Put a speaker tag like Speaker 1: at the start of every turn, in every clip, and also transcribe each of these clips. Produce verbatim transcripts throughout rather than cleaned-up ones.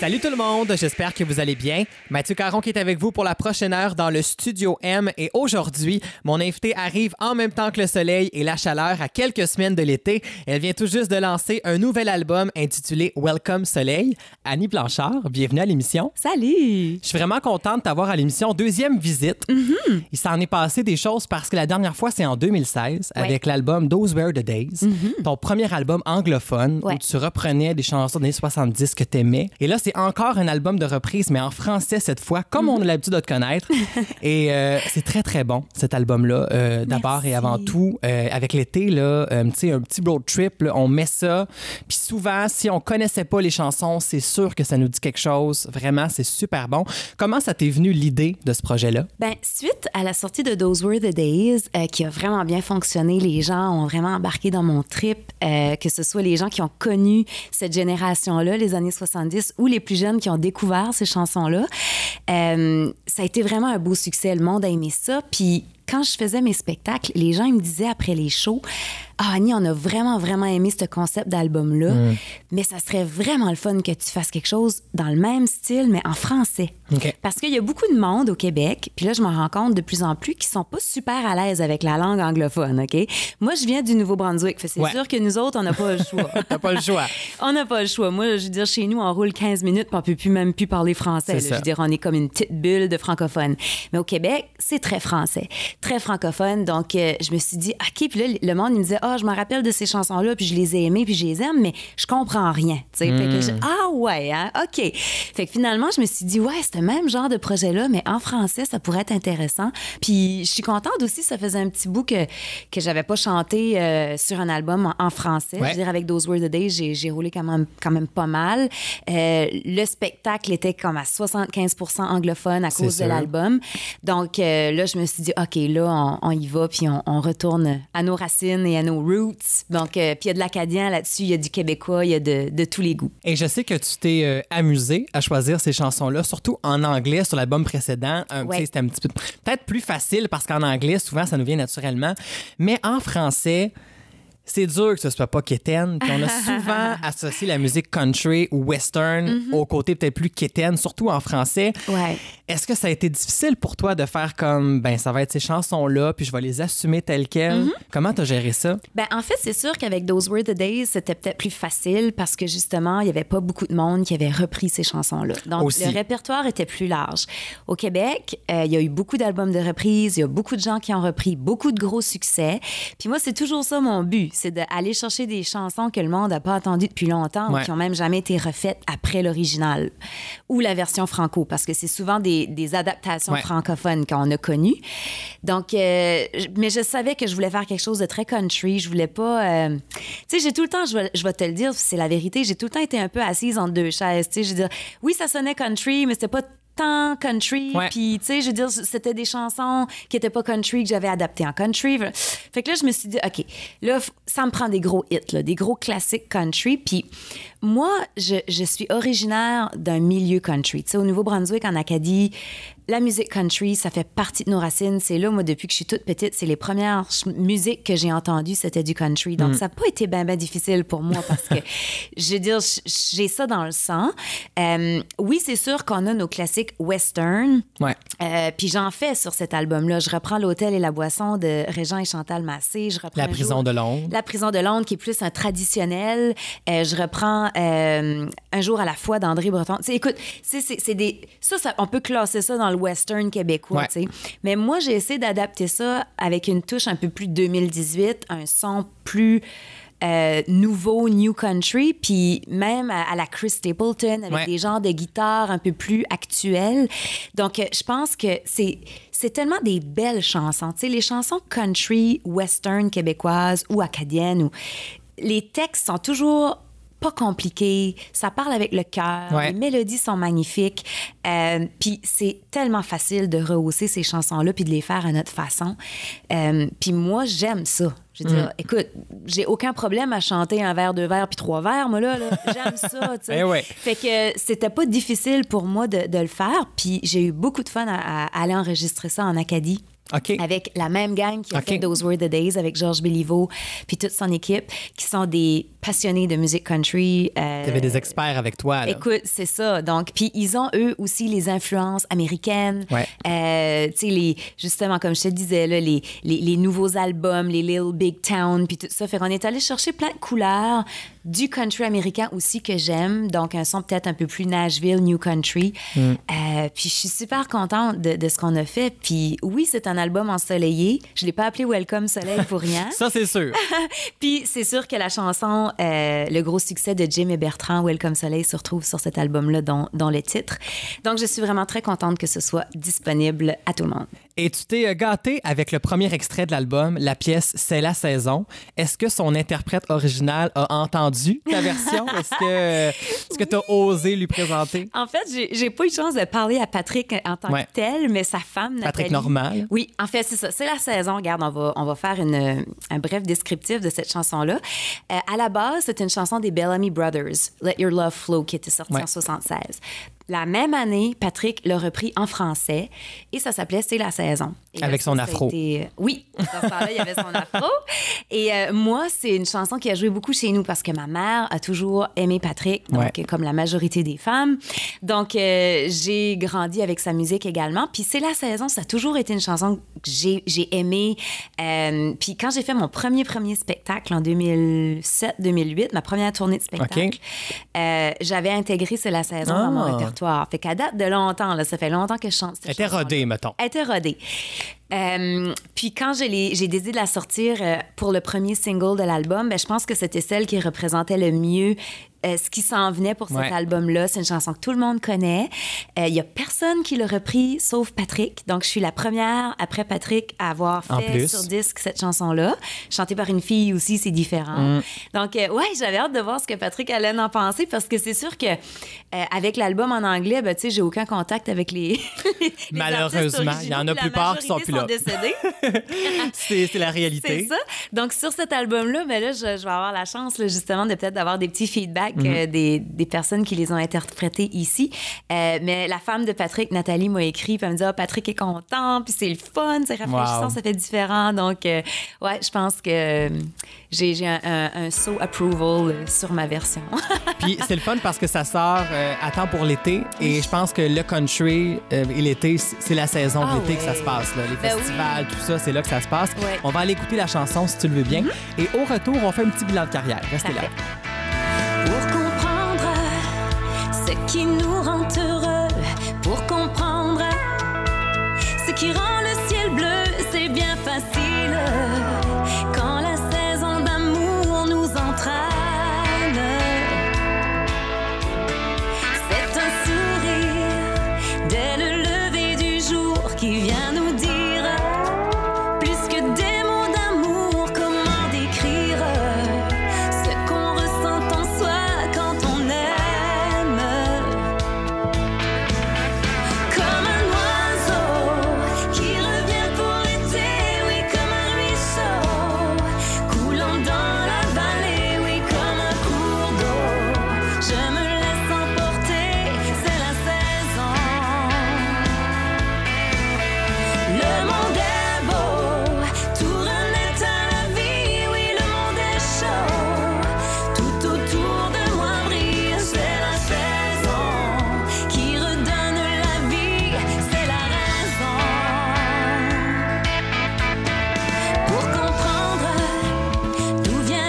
Speaker 1: Salut tout le monde, j'espère que vous allez bien. Mathieu Caron qui est avec vous pour la prochaine heure dans le Studio M et aujourd'hui, mon invité arrive en même temps que le soleil et la chaleur à quelques semaines de l'été. Elle vient tout juste de lancer un nouvel album intitulé Welcome Soleil. Annie Blanchard, bienvenue à l'émission.
Speaker 2: Salut!
Speaker 1: Je suis vraiment contente de t'avoir à l'émission. Deuxième visite. Mm-hmm. Il s'en est passé des choses parce que la dernière fois, c'est en deux mille seize ouais. avec l'album Those Were the Days, mm-hmm. ton premier album anglophone ouais. où tu reprenais des chansons des années soixante-dix que t'aimais. Et là, c'est encore un album de reprise, mais en français cette fois, comme mm-hmm. on a l'habitude de te connaître. Et euh, c'est très, très bon, cet album-là. Euh, d'abord et avant tout, euh, avec l'été, là, euh, tu sais, un petit road trip, là, on met ça. Puis souvent, si on connaissait pas les chansons, c'est sûr que ça nous dit quelque chose. Vraiment, c'est super bon. Comment ça t'est venu l'idée de ce projet-là?
Speaker 2: Ben, suite à la sortie de Those Were the Days, euh, qui a vraiment bien fonctionné, les gens ont vraiment embarqué dans mon trip, euh, que ce soit les gens qui ont connu cette génération-là, les années soixante-dix, ou les plus jeunes qui ont découvert ces chansons-là. Euh, ça a été vraiment un beau succès. Le monde a aimé ça. Puis quand je faisais mes spectacles, les gens ils me disaient après les shows, « Ah, Annie, on a vraiment, vraiment aimé ce concept d'album-là, mm. mais ça serait vraiment le fun que tu fasses quelque chose dans le même style, mais en français. Okay. » Parce qu'il y a beaucoup de monde au Québec, puis là, je m'en rends compte de plus en plus, qui sont pas super à l'aise avec la langue anglophone, OK? Moi, je viens du Nouveau-Brunswick, fait c'est ouais. sûr que nous autres, on n'a pas le choix.
Speaker 1: T'as pas le choix.
Speaker 2: On n'a pas le choix. Moi, je veux dire, chez nous, on roule quinze minutes, puis on peut plus même plus parler français. Là. Je veux dire, on est comme une petite bulle de francophones. Mais au Québec, c'est très français, très francophone. Donc, euh, je me suis dit, OK, puis là, le monde, il me disait, ah, oh, je me rappelle de ces chansons-là, puis je les ai aimées, puis je les aime, mais je comprends rien. Tu sais, mm. fait que je, ah ouais, hein, OK. Fait que finalement, je me suis dit, ouais, c'est le même genre de projet-là, mais en français, ça pourrait être intéressant. Puis je suis contente aussi, ça faisait un petit bout que, que j'avais pas chanté euh, sur un album en, en français. Ouais. Je veux dire, avec Those Were the Days, j'ai, j'ai roulé quand même, quand même pas mal. Euh, le spectacle était comme à soixante-quinze pour cent anglophone à c'est cause sûr. de l'album. Donc euh, là, je me suis dit, OK, là, on, on y va, puis on, on retourne à nos racines et à nos roots. Donc, euh, puis il y a de l'acadien là-dessus, il y a du québécois, il y a de, de tous les goûts.
Speaker 1: Et je sais que tu t'es euh, amusé à choisir ces chansons-là, surtout en anglais sur l'album précédent. Un, ouais. C'était un petit peu peut-être plus facile parce qu'en anglais, souvent, ça nous vient naturellement. Mais en français, c'est dur que ce soit pas quétaine. Puis on a souvent associé la musique country ou western mm-hmm. au côté peut-être plus quétaine, surtout en français.
Speaker 2: Ouais.
Speaker 1: Est-ce que ça a été difficile pour toi de faire comme, ben ça va être ces chansons-là, puis je vais les assumer telles quelles? Mm-hmm. Comment t'as géré ça?
Speaker 2: Ben en fait, c'est sûr qu'avec Those Were the Days, c'était peut-être plus facile parce que justement, il y avait pas beaucoup de monde qui avait repris ces chansons-là. Donc, aussi. Le répertoire était plus large. Au Québec, euh, il y a eu beaucoup d'albums de reprises, il y a beaucoup de gens qui ont repris, beaucoup de gros succès. Puis moi, c'est toujours ça mon but. C'est d'aller chercher des chansons que le monde n'a pas entendues depuis longtemps ouais. ou qui n'ont même jamais été refaites après l'original ou la version franco, parce que c'est souvent des, des adaptations ouais. francophones qu'on a connues. Donc, euh, mais je savais que je voulais faire quelque chose de très country. Je voulais pas... Euh... Tu sais, j'ai tout le temps, je vais, je vais te le dire, c'est la vérité, j'ai tout le temps été un peu assise entre deux chaises. Tu sais, je veux dire, oui, ça sonnait country, mais c'était pas tant country, ouais. puis tu sais, je veux dire, c'était des chansons qui étaient pas country que j'avais adaptées en country. Fait que là, je me suis dit, OK, là, ça me prend des gros hits, là, des gros classiques country, puis moi, je, je suis originaire d'un milieu country. Tu sais, au Nouveau-Brunswick, en Acadie, la musique country, ça fait partie de nos racines. C'est là, moi, depuis que je suis toute petite, c'est les premières ch- musiques que j'ai entendues, c'était du country. Donc, mm. ça n'a pas été bien, bien difficile pour moi parce que, je veux dire, j'ai ça dans le sang. Euh, oui, c'est sûr qu'on a nos classiques western.
Speaker 1: Ouais.
Speaker 2: Euh, puis j'en fais sur cet album-là. Je reprends L'Hôtel et la Boisson de Régent et Chantal Massé. Je reprends
Speaker 1: La Prison
Speaker 2: jour,
Speaker 1: de Londres.
Speaker 2: La Prison de Londres, qui est plus un traditionnel. Euh, je reprends euh, Un jour à la fois d'André Breton. Tu sais, écoute, c'est, c'est, c'est des... Ça, ça, on peut classer ça dans le western québécois, ouais. tu sais. Mais moi, j'ai essayé d'adapter ça avec une touche un peu plus deux mille dix-huit, un son plus... Euh, nouveau, new country, puis même à, à la Chris Stapleton, avec ouais. des genres de guitare un peu plus actuels. Donc, euh, je pense que c'est, c'est tellement des belles chansons. Tu sais, les chansons country, western québécoises ou acadiennes, ou... les textes sont toujours pas compliqué, ça parle avec le cœur, ouais. les mélodies sont magnifiques, euh, puis c'est tellement facile de rehausser ces chansons-là puis de les faire à notre façon. Euh, puis moi, j'aime ça. Je veux dire, mm. écoute, j'ai aucun problème à chanter un vers, deux vers puis trois vers, moi, là. là. J'aime ça, tu sais.
Speaker 1: Eh ouais.
Speaker 2: Fait que c'était pas difficile pour moi de, de le faire, puis j'ai eu beaucoup de fun à, à aller enregistrer ça en Acadie.
Speaker 1: Okay.
Speaker 2: Avec la même gang qui a
Speaker 1: okay.
Speaker 2: fait Those Were the Days avec Georges Béliveau puis toute son équipe, qui sont des passionnés de musique country. Euh,
Speaker 1: tu avais des experts avec toi, là.
Speaker 2: Écoute, c'est ça. Donc, puis ils ont, eux, aussi les influences américaines.
Speaker 1: Ouais.
Speaker 2: Euh, tu sais, les, justement, comme je te disais, là, les, les, les nouveaux albums, les Little Big Town, puis tout ça. Fait qu'on est allé chercher plein de couleurs du country américain aussi que j'aime. Donc, un son peut-être un peu plus Nashville, New Country. Mm. Euh, puis je suis super contente de, de ce qu'on a fait. Puis oui, c'est un album ensoleillé. Je l'ai pas appelé Welcome Soleil pour rien.
Speaker 1: Ça, c'est sûr.
Speaker 2: Puis c'est sûr que la chanson, euh, le gros succès de Jim et Bertrand, Welcome Soleil, se retrouve sur cet album-là, dont, dont le titre. Donc, je suis vraiment très contente que ce soit disponible à tout le monde.
Speaker 1: Et tu t'es gâtée avec le premier extrait de l'album, la pièce « C'est la saison ». Est-ce que son interprète original a entendu ta version? Est-ce que est-ce que tu as osé lui présenter?
Speaker 2: En fait, j'ai, j'ai pas eu de chance de parler à Patrick en tant ouais. que tel, mais sa femme, Nathalie...
Speaker 1: Patrick Normand.
Speaker 2: Oui, en fait, c'est ça. C'est la saison. Regarde, on va, on va faire une, un bref descriptif de cette chanson-là. Euh, à la base, c'est une chanson des Bellamy Brothers, « Let Your Love Flow », qui était sortie ouais. en soixante-seize. La même année, Patrick l'a repris en français et ça s'appelait « C'est la saison ». Et
Speaker 1: avec
Speaker 2: là,
Speaker 1: son afro.
Speaker 2: Été... Oui, dans ce temps-là, il y avait son afro. Et euh, moi, c'est une chanson qui a joué beaucoup chez nous parce que ma mère a toujours aimé Patrick, donc ouais. comme la majorité des femmes. Donc, euh, j'ai grandi avec sa musique également. Puis « C'est la saison », ça a toujours été une chanson que j'ai, j'ai aimée. Euh, puis quand j'ai fait mon premier, premier spectacle en deux mille sept deux mille huit, ma première tournée de spectacle, okay. euh, j'avais intégré « C'est la saison » ah. dans mon répertoire. Fait qu'à date de longtemps, là, ça fait longtemps que je chante cette
Speaker 1: Elle était rodée, mettons.
Speaker 2: Elle était rodée. Euh, puis quand je l'ai, j'ai décidé de la sortir euh, pour le premier single de l'album, ben, je pense que c'était celle qui représentait le mieux euh, ce qui s'en venait pour cet ouais. album-là. C'est une chanson que tout le monde connaît. Il euh, n'y a personne qui l'a repris, sauf Patrick. Donc, je suis la première, après Patrick, à avoir fait sur disque cette chanson-là. Chantée par une fille aussi, c'est différent. Mm. Donc, euh, ouais, j'avais hâte de voir ce que Patrick allait en penser parce que c'est sûr que euh, avec l'album en anglais, ben, tu sais, j'ai aucun contact avec les, les
Speaker 1: malheureusement, il y en a plupart qui sont plus là. c'est, c'est la réalité.
Speaker 2: C'est ça. Donc, sur cet album-là, ben là, je, je vais avoir la chance, là, justement, de peut-être d'avoir des petits feedbacks mm-hmm. euh, des, des personnes qui les ont interprétés ici. Euh, mais la femme de Patrick, Nathalie, m'a écrit, puis elle me dit « Ah, Patrick est content, puis c'est le fun, c'est rafraîchissant, wow. ça fait différent. » Donc, euh, ouais, je pense que euh, j'ai, j'ai un, un, un so approval sur ma version.
Speaker 1: Puis, c'est le fun parce que ça sort euh, à temps pour l'été. Et je pense que le country euh, et l'été, c'est la saison de ah, l'été ouais. que ça se passe. Là. Les ben festivals, oui. tout ça, c'est là que ça se passe. Ouais. On va aller écouter la chanson si tu le veux bien. Mm-hmm. Et au retour, on fait un petit bilan de carrière. Restez
Speaker 2: Parfait.
Speaker 1: là.
Speaker 3: Pour comprendre ce qui nous rend heureux, pour comprendre ce qui rend le ciel bleu, c'est bien facile quand la saison d'amour nous entraîne. C'est un sourire dès le lever du jour qui vient nous dire plus que des mots d'amour, comment décrire ce qu'on ressent en soi quand on aime. Comme un oiseau qui revient pour l'été, oui, comme un ruisseau coulant dans la vallée, oui, comme un cours d'eau. Je me laisse emporter, c'est la saison. Le monde est beau, tout renaît à la vie, oui, le monde est chaud. Tout autour de moi brille, c'est la saison qui redonne la vie, c'est la raison. Pour comprendre d'où vient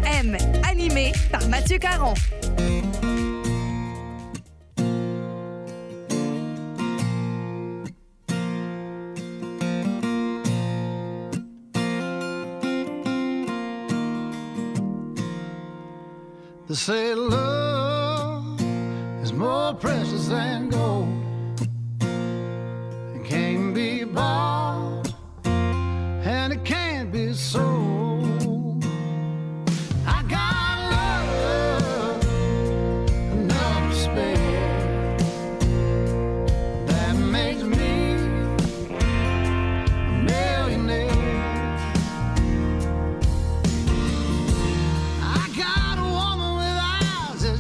Speaker 4: M, animé par Mathieu Caron.
Speaker 5: They say love is more precious than gold. It can't be bought and it can't be sold. I got love enough to spare. That makes me a millionaire. I got a woman with eyes that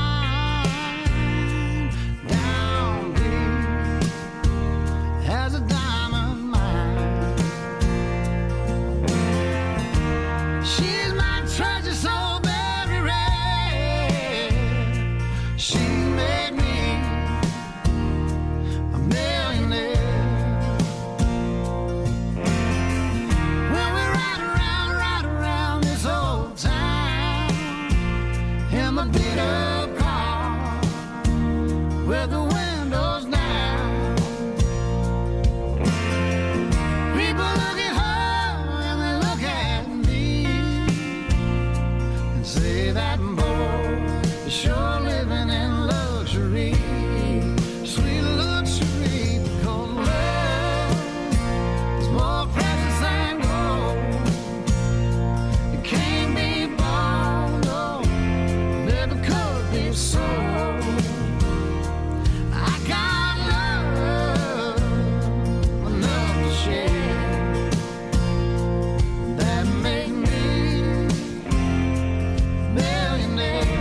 Speaker 5: shine down deep as a diamond mine. She's my treasure so very rare. She made me a millionaire. When we ride around, ride around this old town in my beat up car with the windows down. People look at her and they look at me and say that boy is sure living in luxury, sweet luxury, because love is more precious than gold. It can't be bought, no, never could be sold. I got love enough to share. That make me a millionaire.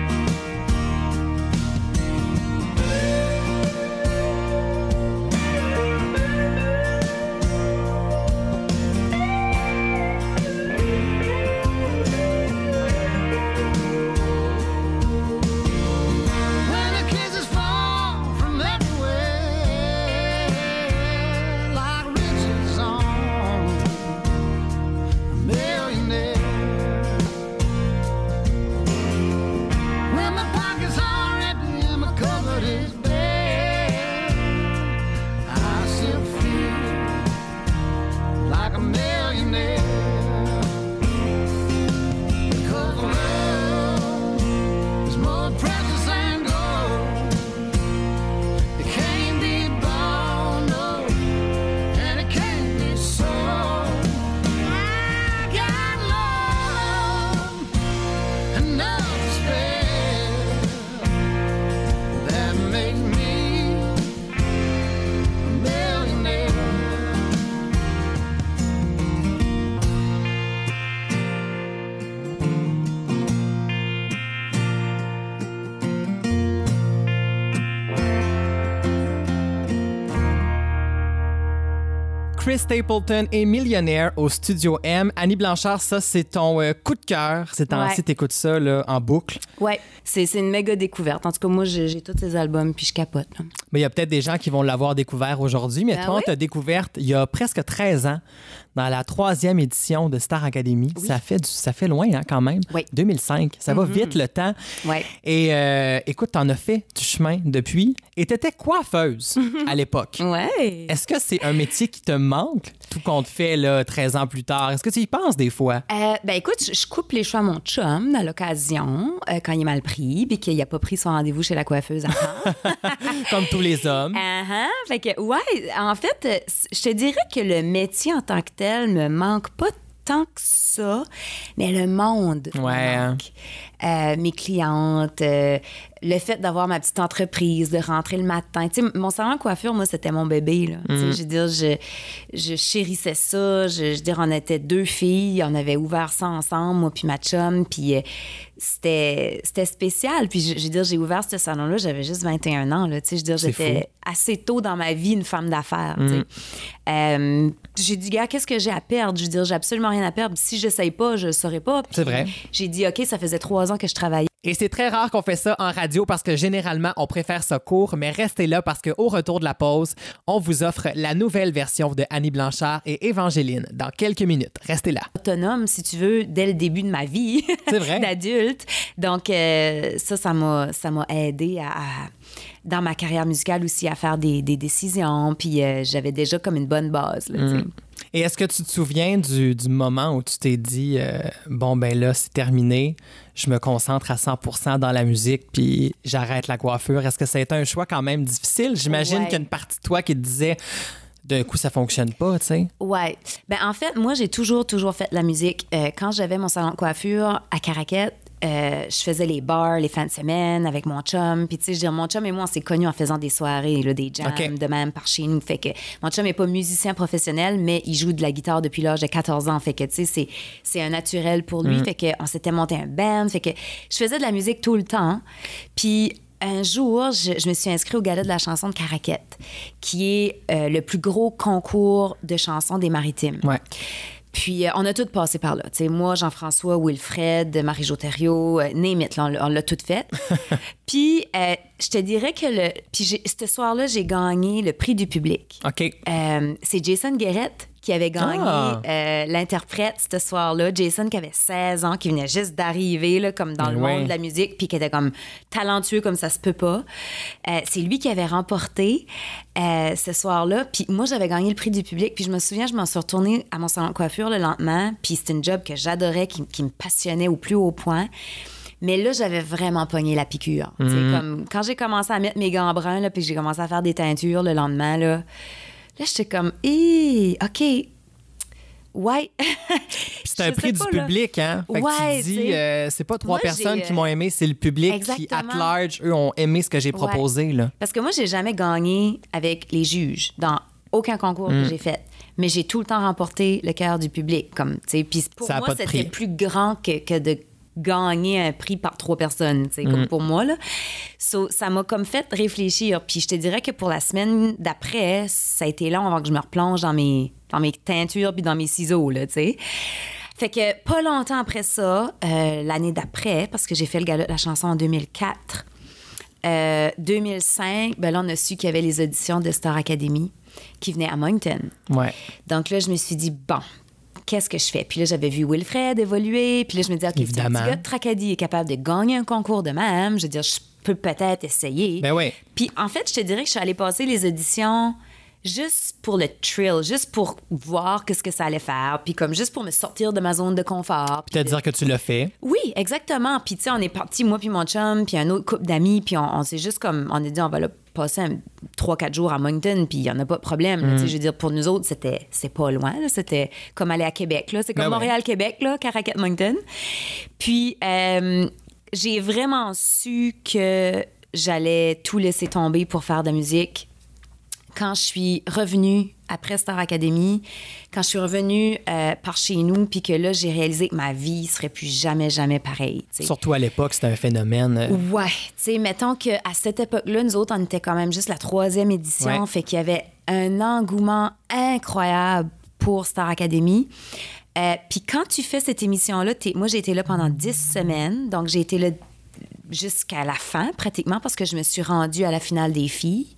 Speaker 5: When the kisses fall from everywhere like riches on a millionaire. When my pockets are empty and my cupboard is bare, I still feel like a millionaire. Because love is more precious than gold. It can't be bought, no, and it can't be sold. I got love enough to spare. That makes me a millionaire.
Speaker 1: Chris Stapleton est millionnaire au Studio M. Annie Blanchard, ça, c'est ton euh, coup de cœur. C'est temps-ci,
Speaker 2: Ouais.
Speaker 1: t'écoutes ça là, en boucle.
Speaker 2: Ouais, c'est c'est une méga découverte. En tout cas, moi, j'ai j'ai tous ces albums puis je capote. là.
Speaker 1: Mais il y a peut-être des gens qui vont l'avoir découvert aujourd'hui. Mais
Speaker 2: Ah
Speaker 1: toi,
Speaker 2: oui?
Speaker 1: tu as découvert il y a presque treize ans, dans la troisième édition de Star Academy. Ça, fait du, ça fait loin, hein, quand même.
Speaker 2: Oui.
Speaker 1: deux mille cinq. Ça va vite, le temps.
Speaker 2: Ouais.
Speaker 1: Et euh, écoute, t'en as fait du chemin depuis. Et t'étais coiffeuse à l'époque.
Speaker 2: Ouais.
Speaker 1: Est-ce que c'est un métier qui te manque, tout compte fait, là, treize ans plus tard? Est-ce que tu y penses des fois?
Speaker 2: Euh, ben écoute, je, je coupe les cheveux à mon chum à l'occasion euh, quand il est mal pris puis qu'il a pas pris son rendez-vous chez la coiffeuse avant.
Speaker 1: Comme tous les hommes.
Speaker 2: Uh-huh. Fait que, ouais, en fait, euh, je te dirais que le métier en tant que tel me manque pas tant que ça, mais le monde me
Speaker 1: Ouais.
Speaker 2: manque. Euh, mes clientes, euh, le fait d'avoir ma petite entreprise, de rentrer le matin. Tu sais, mon salon de coiffure, moi, c'était mon bébé. Là. Tu sais, je veux dire, je, je chérissais ça. Je, je veux dire, on était deux filles. On avait ouvert ça ensemble, moi puis ma chum. Puis euh, c'était, c'était spécial. Puis je, je veux dire, j'ai ouvert ce salon-là, j'avais juste vingt et un ans. Là, tu sais, je veux dire,
Speaker 1: C'est
Speaker 2: j'étais
Speaker 1: fou.
Speaker 2: assez tôt dans ma vie une femme d'affaires. tu sais. Euh, j'ai dit, gars, qu'est-ce que j'ai à perdre? Je veux dire, j'ai absolument rien à perdre. Si je n'essaye pas, je ne saurais pas. Puis
Speaker 1: C'est vrai.
Speaker 2: J'ai dit, OK, ça faisait trois ans que je travaillais
Speaker 1: Et c'est très rare qu'on fait ça en radio parce que généralement, on préfère ça court, mais restez là parce qu'au retour de la pause, on vous offre la nouvelle version de Annie Blanchard et Évangeline dans quelques minutes. Restez là.
Speaker 2: Autonome, si tu veux, dès le début de ma vie
Speaker 1: C'est vrai.
Speaker 2: d'adulte. Donc, euh, ça, ça m'a, ça m'a aidé à, à, dans ma carrière musicale aussi, à faire des, des décisions. Puis euh, j'avais déjà comme une bonne base, là, tu sais.
Speaker 1: Et est-ce que tu te souviens du, du moment où tu t'es dit euh, bon, ben là, c'est terminé, je me concentre à cent pour cent dans la musique, puis j'arrête la coiffure? Est-ce que ça a été un choix quand même difficile? J'imagine
Speaker 2: Ouais.
Speaker 1: qu'il y a une partie de toi qui te disait d'un coup, ça fonctionne pas, tu sais.
Speaker 2: Ouais. Ben en fait, moi, j'ai toujours, toujours fait de la musique. Euh, quand j'avais mon salon de coiffure à Caraquette, euh, je faisais les bars les fins de semaine avec mon chum. Puis, tu sais, je veux dire, mon chum et moi, on s'est connus en faisant des soirées, là, des jams
Speaker 1: OK.
Speaker 2: de même par chez nous. Fait que mon chum n'est pas musicien professionnel, mais il joue de la guitare depuis l'âge de quatorze ans. Fait que, tu sais, c'est, c'est un naturel pour lui. Fait que on s'était monté un band. Fait que je faisais de la musique tout le temps. Puis, un jour, je, je me suis inscrite au Gala de la chanson de Caraquette, qui est euh, le plus gros concours de chansons des Maritimes.
Speaker 1: Ouais.
Speaker 2: Puis, euh, on a toutes passé par là. Tu sais, moi, Jean-François, Wilfred, Marie-Jo Thériault, euh, name it, là, on, l'a- on l'a toutes fait. Puis, euh, je te dirais que le... Puis, j'ai- ce soir-là, j'ai gagné le prix du public.
Speaker 1: OK.
Speaker 2: Euh, c'est Jason Guérette qui avait gagné
Speaker 1: Ah.
Speaker 2: euh, l'interprète ce soir-là. Jason qui avait seize ans, qui venait juste d'arriver là, comme dans le
Speaker 1: Ouais.
Speaker 2: monde de la musique, puis qui était comme talentueux comme ça se peut pas. Euh, c'est lui qui avait remporté euh, ce soir-là. Puis moi, j'avais gagné le prix du public. Puis je me souviens, je m'en suis retournée à mon salon de coiffure le lendemain. Puis c'était une job que j'adorais, qui, qui me passionnait au plus haut point. Mais là, j'avais vraiment pogné la piqûre. Tu sais, comme, quand j'ai commencé à mettre mes gants bruns, là, puis j'ai commencé à faire des teintures le lendemain, là, là j'étais comme, hé, OK, ouais.
Speaker 1: C'est un
Speaker 2: Je
Speaker 1: prix
Speaker 2: sais
Speaker 1: du
Speaker 2: pas, là.
Speaker 1: public, hein? Fait que
Speaker 2: Ouais,
Speaker 1: tu dis,
Speaker 2: tu sais.
Speaker 1: euh, c'est pas trois
Speaker 2: Moi,
Speaker 1: personnes
Speaker 2: j'ai,
Speaker 1: qui
Speaker 2: euh,
Speaker 1: m'ont aimé, c'est le public qui,
Speaker 2: Exactement.
Speaker 1: at large, eux, ont aimé ce que j'ai proposé, là.
Speaker 2: Parce que moi, j'ai jamais gagné avec les juges dans aucun concours
Speaker 1: Mm.
Speaker 2: que j'ai fait. Mais j'ai tout le temps remporté le cœur du public. Comme, tu sais. Puis pour
Speaker 1: Ça a
Speaker 2: moi,
Speaker 1: pas de
Speaker 2: c'était
Speaker 1: prix.
Speaker 2: plus grand que, que de gagner un prix par trois personnes, tu sais,
Speaker 1: Mm.
Speaker 2: comme pour moi, là. So, ça m'a comme fait réfléchir. Puis je te dirais que pour la semaine d'après, ça a été long avant que je me replonge dans mes, dans mes teintures puis dans mes ciseaux, là, tu sais. Fait que pas longtemps après ça, euh, l'année d'après, parce que j'ai fait le gala de la chanson en deux mille quatre, euh, deux mille cinq, ben là, on a su qu'il y avait les auditions de Star Academy qui venaient à Moncton.
Speaker 1: Ouais.
Speaker 2: Donc là, je me suis dit, bon, qu'est-ce que je fais? Puis là, j'avais vu Wilfred évoluer. Puis là, je me disais, OK, si un
Speaker 1: Évidemment.
Speaker 2: petit gars de Tracadie est capable de gagner un concours de même, je veux dire, je peux peut-être essayer.
Speaker 1: Ben oui.
Speaker 2: Puis en fait, je te dirais que je suis allée passer les auditions juste pour le thrill, juste pour voir qu'est-ce que ça allait faire, puis comme juste pour me sortir de ma zone de confort.
Speaker 1: Puis te
Speaker 2: de-
Speaker 1: dire que tu l'as fait.
Speaker 2: Oui, exactement. Puis tu sais, on est parti, moi puis mon chum, puis un autre couple d'amis, puis on, on s'est juste comme, on a dit, on va là passer un, trois, quatre jours à Moncton, puis il n'y en a pas de problème. là. Tu sais, je veux dire, pour nous autres, c'était, c'est pas loin, là. C'était comme aller à Québec, là. C'est comme
Speaker 1: Ben ouais.
Speaker 2: Montréal-Québec, là, Caraquette-Moncton. Puis euh, j'ai vraiment su que j'allais tout laisser tomber pour faire de la musique. Quand je suis revenue après Star Academy, quand je suis revenue euh, par chez nous, puis que là, j'ai réalisé que ma vie serait plus jamais, jamais pareille. tu sais.
Speaker 1: Surtout à l'époque, c'était un phénomène. euh,
Speaker 2: Ouais, tu sais, mettons qu'à cette époque-là, nous autres, on était quand même juste la troisième édition,
Speaker 1: Ouais.
Speaker 2: fait qu'il y avait un engouement incroyable pour Star Academy. Euh, Puis quand tu fais cette émission-là, t'es- moi, j'ai été là pendant dix semaines, donc j'ai été là jusqu'à la fin, pratiquement, parce que je me suis rendue à la finale des filles.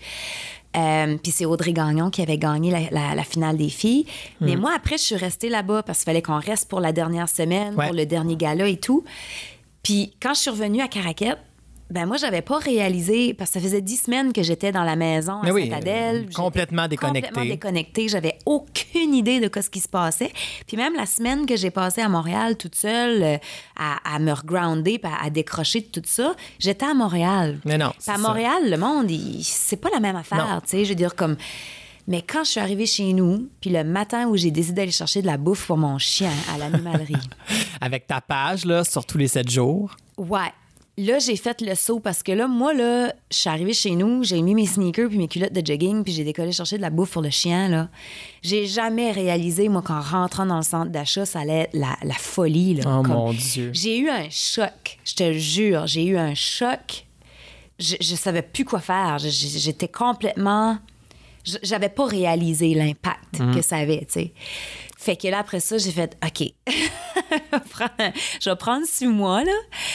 Speaker 2: Euh, puis c'est Audrey Gagnon qui avait gagné la, la- la finale des filles. Mais moi, après, je suis restée là-bas parce qu'il fallait qu'on reste pour la dernière semaine,
Speaker 1: Ouais.
Speaker 2: pour le dernier gala et tout. Puis quand je suis revenue à Caraquette, ben moi, j'avais pas réalisé, parce que ça faisait dix semaines que j'étais dans la maison à
Speaker 1: Mais oui,
Speaker 2: Sainte-Adèle.
Speaker 1: euh,
Speaker 2: J'étais
Speaker 1: complètement déconnectée.
Speaker 2: Complètement déconnectée. J'avais aucune idée de ce qui se passait. Puis même la semaine que j'ai passée à Montréal toute seule, euh, à, à me regrounder, puis à, à décrocher de tout ça, j'étais à Montréal.
Speaker 1: Mais non,
Speaker 2: Puis
Speaker 1: c'est
Speaker 2: à
Speaker 1: ça.
Speaker 2: Montréal, le monde, il- c'est pas la même
Speaker 1: Non.
Speaker 2: affaire, tu sais. Je veux dire, comme... Mais quand je suis arrivée chez nous, puis le matin où j'ai décidé d'aller chercher de la bouffe pour mon chien à l'animalerie,
Speaker 1: Avec ta page, là, sur tous les sept jours.
Speaker 2: ouais. Là, j'ai fait le saut parce que là, moi, là, je suis arrivée chez nous, j'ai mis mes sneakers puis mes culottes de jogging puis j'ai décollé chercher de la bouffe pour le chien, là. J'ai jamais réalisé, moi, qu'en rentrant dans le centre d'achat, ça allait être la, la folie, là.
Speaker 1: Oh
Speaker 2: Comme-
Speaker 1: mon Dieu.
Speaker 2: J'ai eu un choc, je te le jure, j'ai eu un choc. Je, je savais plus quoi faire. Je- je- j'étais complètement... je- J'avais pas réalisé l'impact
Speaker 1: Mm.
Speaker 2: que ça avait, tu sais. Fait que là, après ça, j'ai fait, OK, je vais prendre- je vais prendre six mois, là.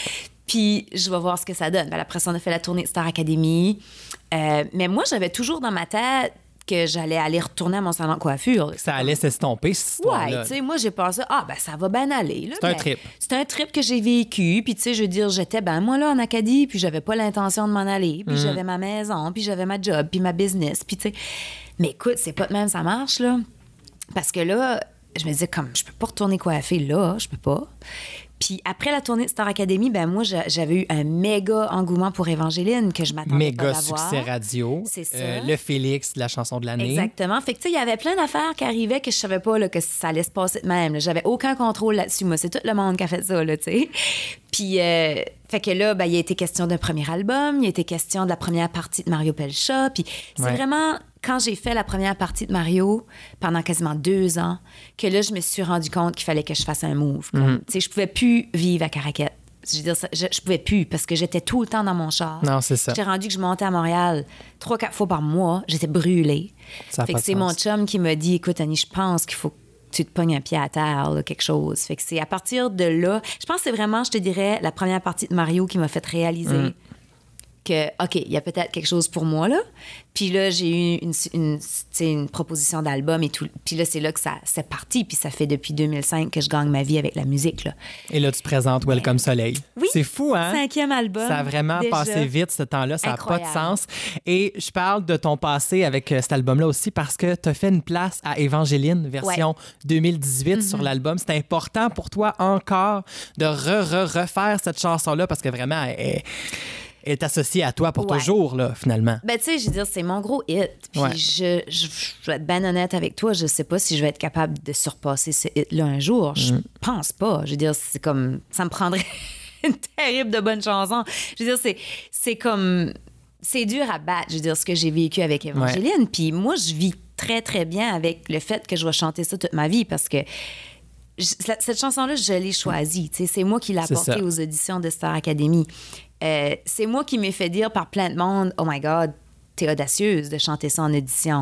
Speaker 2: Puis je vais voir ce que ça donne. Ben, après ça, on a fait la tournée de Star Academy. Euh, mais moi, j'avais toujours dans ma tête que j'allais aller retourner à mon salon de coiffure.
Speaker 1: Ça allait s'estomper, cette histoire-là.
Speaker 2: Ouais, tu sais, moi, j'ai pensé, ah, ben, ça va bien aller. Là.
Speaker 1: C'est un
Speaker 2: Ben,
Speaker 1: trip.
Speaker 2: C'est un trip que j'ai vécu. Puis, tu sais, je veux dire, j'étais, ben, moi, là, en Acadie, puis j'avais pas l'intention de m'en aller. Puis,
Speaker 1: Mm.
Speaker 2: j'avais ma maison, puis j'avais ma job, puis ma business. Puis, tu sais, mais écoute, c'est pas de même, ça marche, là. Parce que là, je me disais, comme, je peux pas retourner coiffer là, je peux pas. Puis après la tournée de Star Academy, ben moi, j'a- j'avais eu un méga engouement pour Évangéline que je m'attendais pas
Speaker 1: Méga
Speaker 2: d'avoir.
Speaker 1: succès radio.
Speaker 2: C'est ça.
Speaker 1: Euh, le Félix de la chanson de l'année.
Speaker 2: Exactement. Fait que, tu sais, il y avait plein d'affaires qui arrivaient que je savais pas là, que ça allait se passer de même. là. J'avais aucun contrôle là-dessus. Moi, c'est tout le monde qui a fait ça, là, tu sais. Puis, euh, fait que là, ben, il a été question d'un premier album, il a été question de la première partie de Mario Pelcha. Puis, c'est
Speaker 1: Ouais.
Speaker 2: vraiment quand j'ai fait la première partie de Mario pendant quasiment deux ans que là, je me suis rendu compte qu'il fallait que je fasse un move. Comme,
Speaker 1: Mhm.
Speaker 2: Tu sais, je pouvais plus vivre à Caraquette. Je veux dire, ça, je, je pouvais plus parce que j'étais tout le temps dans mon char.
Speaker 1: Non, c'est ça.
Speaker 2: J'étais rendu que je montais à Montréal trois, quatre fois par mois. J'étais brûlée.
Speaker 1: Ça a
Speaker 2: fait
Speaker 1: pas
Speaker 2: que
Speaker 1: de
Speaker 2: c'est mon
Speaker 1: sens.
Speaker 2: chum qui m'a dit, écoute, Annie, je pense qu'il faut que tu te pognes un pied à terre, là, quelque chose. Fait que c'est à partir de là, je pense que c'est vraiment, je te dirais, la première partie de Mario qui m'a fait réaliser
Speaker 1: Mm.
Speaker 2: que, OK, il y a peut-être quelque chose pour moi, là. Puis là, j'ai eu une, une, tu sais, une proposition d'album et tout. Puis là, c'est là que ça c'est parti. Puis ça fait depuis deux mille cinq que je gagne ma vie avec la musique, là.
Speaker 1: Et là, tu présentes Welcome Soleil.
Speaker 2: Oui.
Speaker 1: C'est fou, hein?
Speaker 2: Cinquième album.
Speaker 1: Ça a vraiment
Speaker 2: déjà.
Speaker 1: passé vite, ce temps-là. Ça n'a pas de
Speaker 2: Incroyable.
Speaker 1: sens. Et je parle de ton passé avec euh, cet album-là aussi parce que tu as fait une place à Évangéline, version deux mille dix-huit
Speaker 2: Mm-hmm.
Speaker 1: sur l'album. C'est important pour toi encore de re-re-refaire cette chanson-là parce que vraiment, elle, elle est associée à toi pour
Speaker 2: Ouais.
Speaker 1: toujours, là, finalement.
Speaker 2: Ben, tu sais, je veux dire, c'est mon gros hit. Puis
Speaker 1: Ouais.
Speaker 2: je, je, je vais être bien honnête avec toi, je sais pas si je vais être capable de surpasser ce hit-là un jour. Je
Speaker 1: Mm.
Speaker 2: pense pas. Je veux dire, c'est comme... Ça me prendrait une terrible de bonne chanson. Je veux dire, c'est, c'est comme... C'est dur à battre, je veux dire, ce que j'ai vécu avec Évangéline. Puis moi, je vis très, très bien avec le fait que je vais chanter ça toute ma vie parce que je- cette chanson-là, je l'ai choisie. Tu sais, c'est moi qui l'ai
Speaker 1: C'est
Speaker 2: apportée
Speaker 1: ça.
Speaker 2: aux auditions de Star Academy. Euh, c'est moi qui m'ai fait dire par plein de monde, oh my God, t'es audacieuse de chanter ça en audition.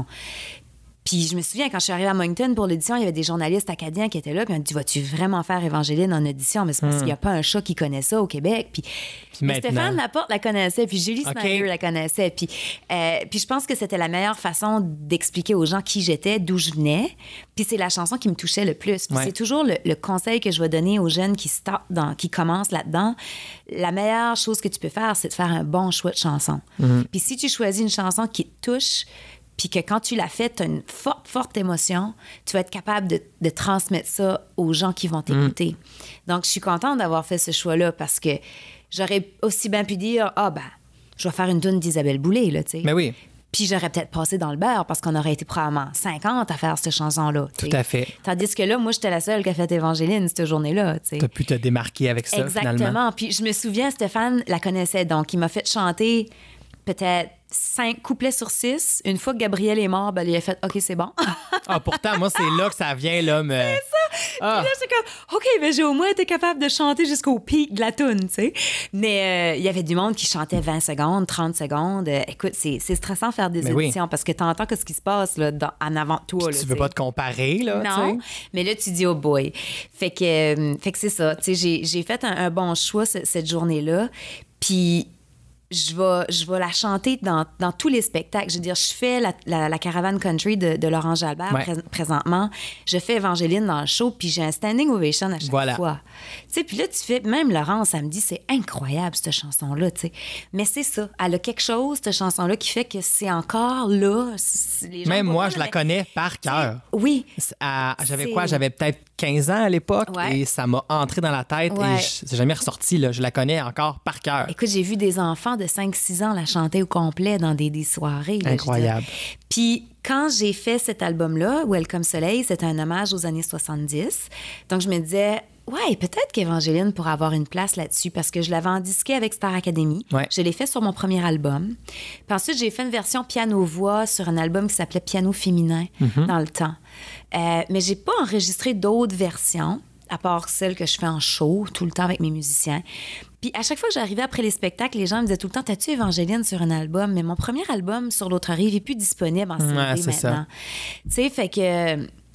Speaker 2: Puis je me souviens, quand je suis arrivée à Moncton pour l'audition, il y avait des journalistes acadiens qui étaient là, puis on me dit, vas-tu vraiment faire Évangéline en audition? Mais c'est parce qu'il n'y a pas un chat qui connaît ça au Québec. Puis, mais
Speaker 1: maintenant.
Speaker 2: Stéphane Laporte la connaissait, puis Julie
Speaker 1: OK.
Speaker 2: Snyder la connaissait. Puis, euh, puis je pense que c'était la meilleure façon d'expliquer aux gens qui j'étais, d'où je venais. Puis c'est la chanson qui me touchait le plus. Puis
Speaker 1: Ouais.
Speaker 2: c'est toujours le, le conseil que je vais donner aux jeunes qui, start dans, qui commencent là-dedans. La meilleure chose que tu peux faire, c'est de faire un bon choix de chanson. Puis si tu choisis une chanson qui te touche, puis que quand tu la fais, tu as une forte, forte émotion, tu vas être capable de, de transmettre ça aux gens qui vont t'écouter. Donc, je suis contente d'avoir fait ce choix-là parce que j'aurais aussi bien pu dire, ah ben, je vais faire une toune d'Isabelle Boulay, là, tu sais.
Speaker 1: Mais oui,
Speaker 2: Puis j'aurais peut-être passé dans le beurre parce qu'on aurait été probablement cinquante à faire cette chanson-là. tu
Speaker 1: tout
Speaker 2: sais.
Speaker 1: à fait.
Speaker 2: Tandis que là, moi, j'étais la seule qui a fait Évangéline cette journée-là, tu sais.
Speaker 1: Tu as pu te démarquer avec ça,
Speaker 2: Exactement.
Speaker 1: finalement.
Speaker 2: Puis je me souviens, Stéphane la connaissait, donc il m'a fait chanter peut-être cinq couplets sur six. Une fois que Gabriel est mort, ben, il a fait « OK, c'est bon ».
Speaker 1: Ah, pourtant, moi, c'est là que ça vient, là, me... C'est ça! Ah.
Speaker 2: Puis là, c'est comme, OK, mais j'ai au moins été capable de chanter jusqu'au pic de la toune, tu sais. Mais euh, il y avait du monde qui chantait vingt secondes, trente secondes. Euh, écoute, c'est c'est stressant faire des
Speaker 1: Mais oui.
Speaker 2: auditions parce que tu entends ce qui se passe là, dans- en avant de toi. là,
Speaker 1: Tu veux
Speaker 2: sais.
Speaker 1: pas te comparer, là,
Speaker 2: Non,
Speaker 1: tu sais?
Speaker 2: mais là, tu dis, oh boy. Fait que, euh, fait que c'est ça. Tu sais, j'ai, j'ai fait un, un bon choix ce- cette journée-là. Puis, je vais, je vais la chanter dans, dans tous les spectacles. Je veux dire, je fais la, la, la caravane country de, de Laurent Jalbert
Speaker 1: Ouais.
Speaker 2: pré- présentement. Je fais Évangéline dans le show, puis j'ai un standing ovation à chaque
Speaker 1: Voilà.
Speaker 2: fois. Tu sais, puis là, tu fais, même Laurent, samedi, c'est incroyable, cette chanson-là, tu sais. Mais c'est ça. Elle a quelque chose, cette chanson-là, qui fait que c'est encore là. C'est- les gens
Speaker 1: Même
Speaker 2: voient
Speaker 1: moi,
Speaker 2: pas,
Speaker 1: je la
Speaker 2: mais-
Speaker 1: connais par cœur.
Speaker 2: Oui.
Speaker 1: C'est à- J'avais
Speaker 2: C'est-
Speaker 1: quoi? J'avais peut-être quinze ans à l'époque
Speaker 2: Ouais.
Speaker 1: et ça m'a entré dans la tête
Speaker 2: Ouais.
Speaker 1: et je- c'est jamais ressorti. Là. Je la connais encore par cœur.
Speaker 2: Écoute, j'ai vu des enfants de cinq six ans la chanter au complet dans des, des soirées. là,
Speaker 1: Incroyable.
Speaker 2: je veux dire. Puis quand j'ai fait cet album-là, Welcome Soleil, c'était un hommage aux années soixante-dix. Donc je me disais, ouais, peut-être qu'Évangéline pourrait avoir une place là-dessus parce que je l'avais en disqué avec Star Academy.
Speaker 1: Ouais.
Speaker 2: Je l'ai fait sur mon premier album. Puis ensuite, j'ai fait une version piano-voix sur un album qui s'appelait Piano féminin dans le temps. Euh, mais j'ai pas enregistré d'autres versions, à part celle que je fais en show tout le temps avec mes musiciens. Puis à chaque fois que j'arrivais après les spectacles, les gens me disaient tout le temps, t'as-tu Évangéline sur un album? Mais mon premier album, Sur l'autre rive, est plus disponible en C D
Speaker 1: Ouais, c'est ça.
Speaker 2: maintenant. Tu sais, fait que...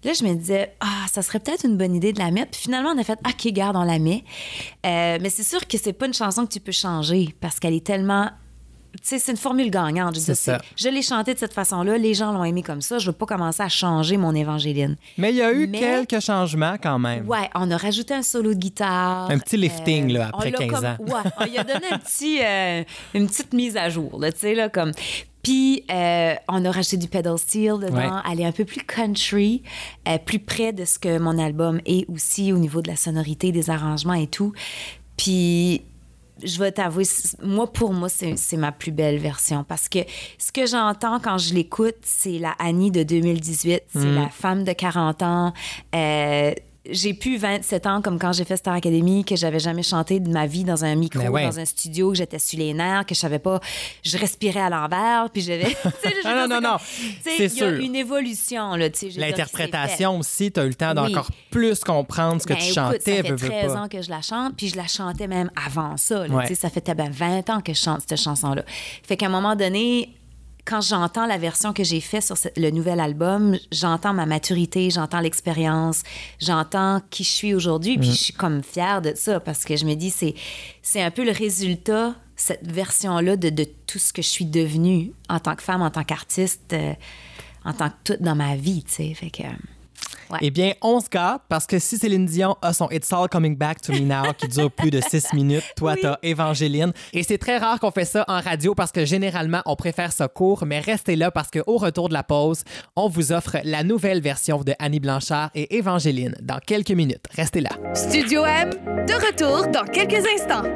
Speaker 2: Là, je me disais, ah, ça serait peut-être une bonne idée de la mettre. Puis finalement, on a fait, OK, garde, on la met. Euh, mais c'est sûr que c'est pas une chanson que tu peux changer parce qu'elle est tellement... Tu sais, c'est une formule gagnante. Je,
Speaker 1: c'est ça.
Speaker 2: je l'ai chantée de cette façon-là, les gens l'ont aimé comme ça. Je veux pas commencer à changer mon Évangéline.
Speaker 1: Mais il y a eu
Speaker 2: Mais...
Speaker 1: quelques changements quand même.
Speaker 2: Ouais, on a rajouté un solo de guitare.
Speaker 1: Un petit lifting,
Speaker 2: euh,
Speaker 1: là, après quinze
Speaker 2: comme...
Speaker 1: ans.
Speaker 2: Ouais, on lui a donné un petit, euh, une petite mise à jour, là, tu sais, là, comme... Puis, euh, on a rajouté du pedal steel dedans.
Speaker 1: Ouais.
Speaker 2: Elle est un peu plus country, euh, plus près de ce que mon album est aussi au niveau de la sonorité, des arrangements et tout. Puis... je vais t'avouer, moi, pour moi, c'est, c'est ma plus belle version parce que ce que j'entends quand je l'écoute, c'est la Annie de deux mille dix-huit, c'est
Speaker 1: Mm.
Speaker 2: la femme de quarante ans. Euh, j'ai plus vingt-sept ans comme quand j'ai fait Star Academy, que j'avais jamais chanté de ma vie dans un micro,
Speaker 1: Mais ouais.
Speaker 2: dans un studio, que j'étais sur les nerfs, que je savais pas, je respirais à l'envers, puis j'avais... tu sais, je veux
Speaker 1: non,
Speaker 2: dire,
Speaker 1: non, non,
Speaker 2: c'est comme- tu sais,
Speaker 1: c'est
Speaker 2: il y a
Speaker 1: sûr.
Speaker 2: une évolution, là, tu sais. je veux dire, qui s'est
Speaker 1: L'interprétation aussi, tu as eu le temps d'encore plus comprendre ce que
Speaker 2: ben,
Speaker 1: tu
Speaker 2: écoute,
Speaker 1: chantais.
Speaker 2: ça fait
Speaker 1: veux, veux
Speaker 2: treize
Speaker 1: pas.
Speaker 2: ans que je la chante, puis je la chantais même avant ça. Là,
Speaker 1: Ouais.
Speaker 2: tu sais, ça fait ben, vingt ans que je chante cette chanson-là. Fait qu'à un moment donné, quand j'entends la version que j'ai faite sur ce- le nouvel album, j'entends ma maturité, j'entends l'expérience, j'entends qui je suis aujourd'hui, puis je suis comme fière de ça parce que je me dis, c'est, c'est un peu le résultat, cette version-là, de, de tout ce que je suis devenue en tant que femme, en tant qu'artiste, euh, en tant que tout dans ma vie, tu sais. Fait que... Ouais.
Speaker 1: Eh bien, on se gâte parce que si Céline Dion a son It's All Coming Back to Me Now qui dure plus de six minutes, toi,
Speaker 2: Oui.
Speaker 1: t'as Évangéline. Et c'est très rare qu'on fait ça en radio parce que généralement, on préfère ça court, mais restez là parce qu'au retour de la pause, on vous offre la nouvelle version de Annie Blanchard et Évangéline dans quelques minutes. Restez là.
Speaker 4: Studio M, de retour dans quelques instants.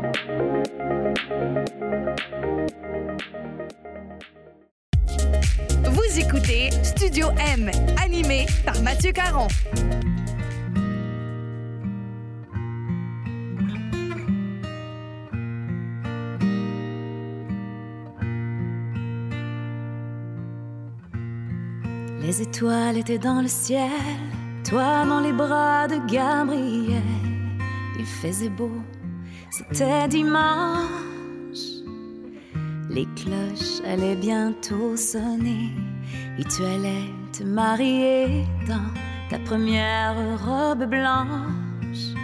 Speaker 4: Vous écoutez Studio M, animé par Mathieu Caron.
Speaker 2: Les étoiles étaient dans le ciel, toi dans les bras de Gabriel. Il faisait beau, c'était dimanche. Les cloches allaient bientôt sonner et tu allais te marier dans ta première robe blanche.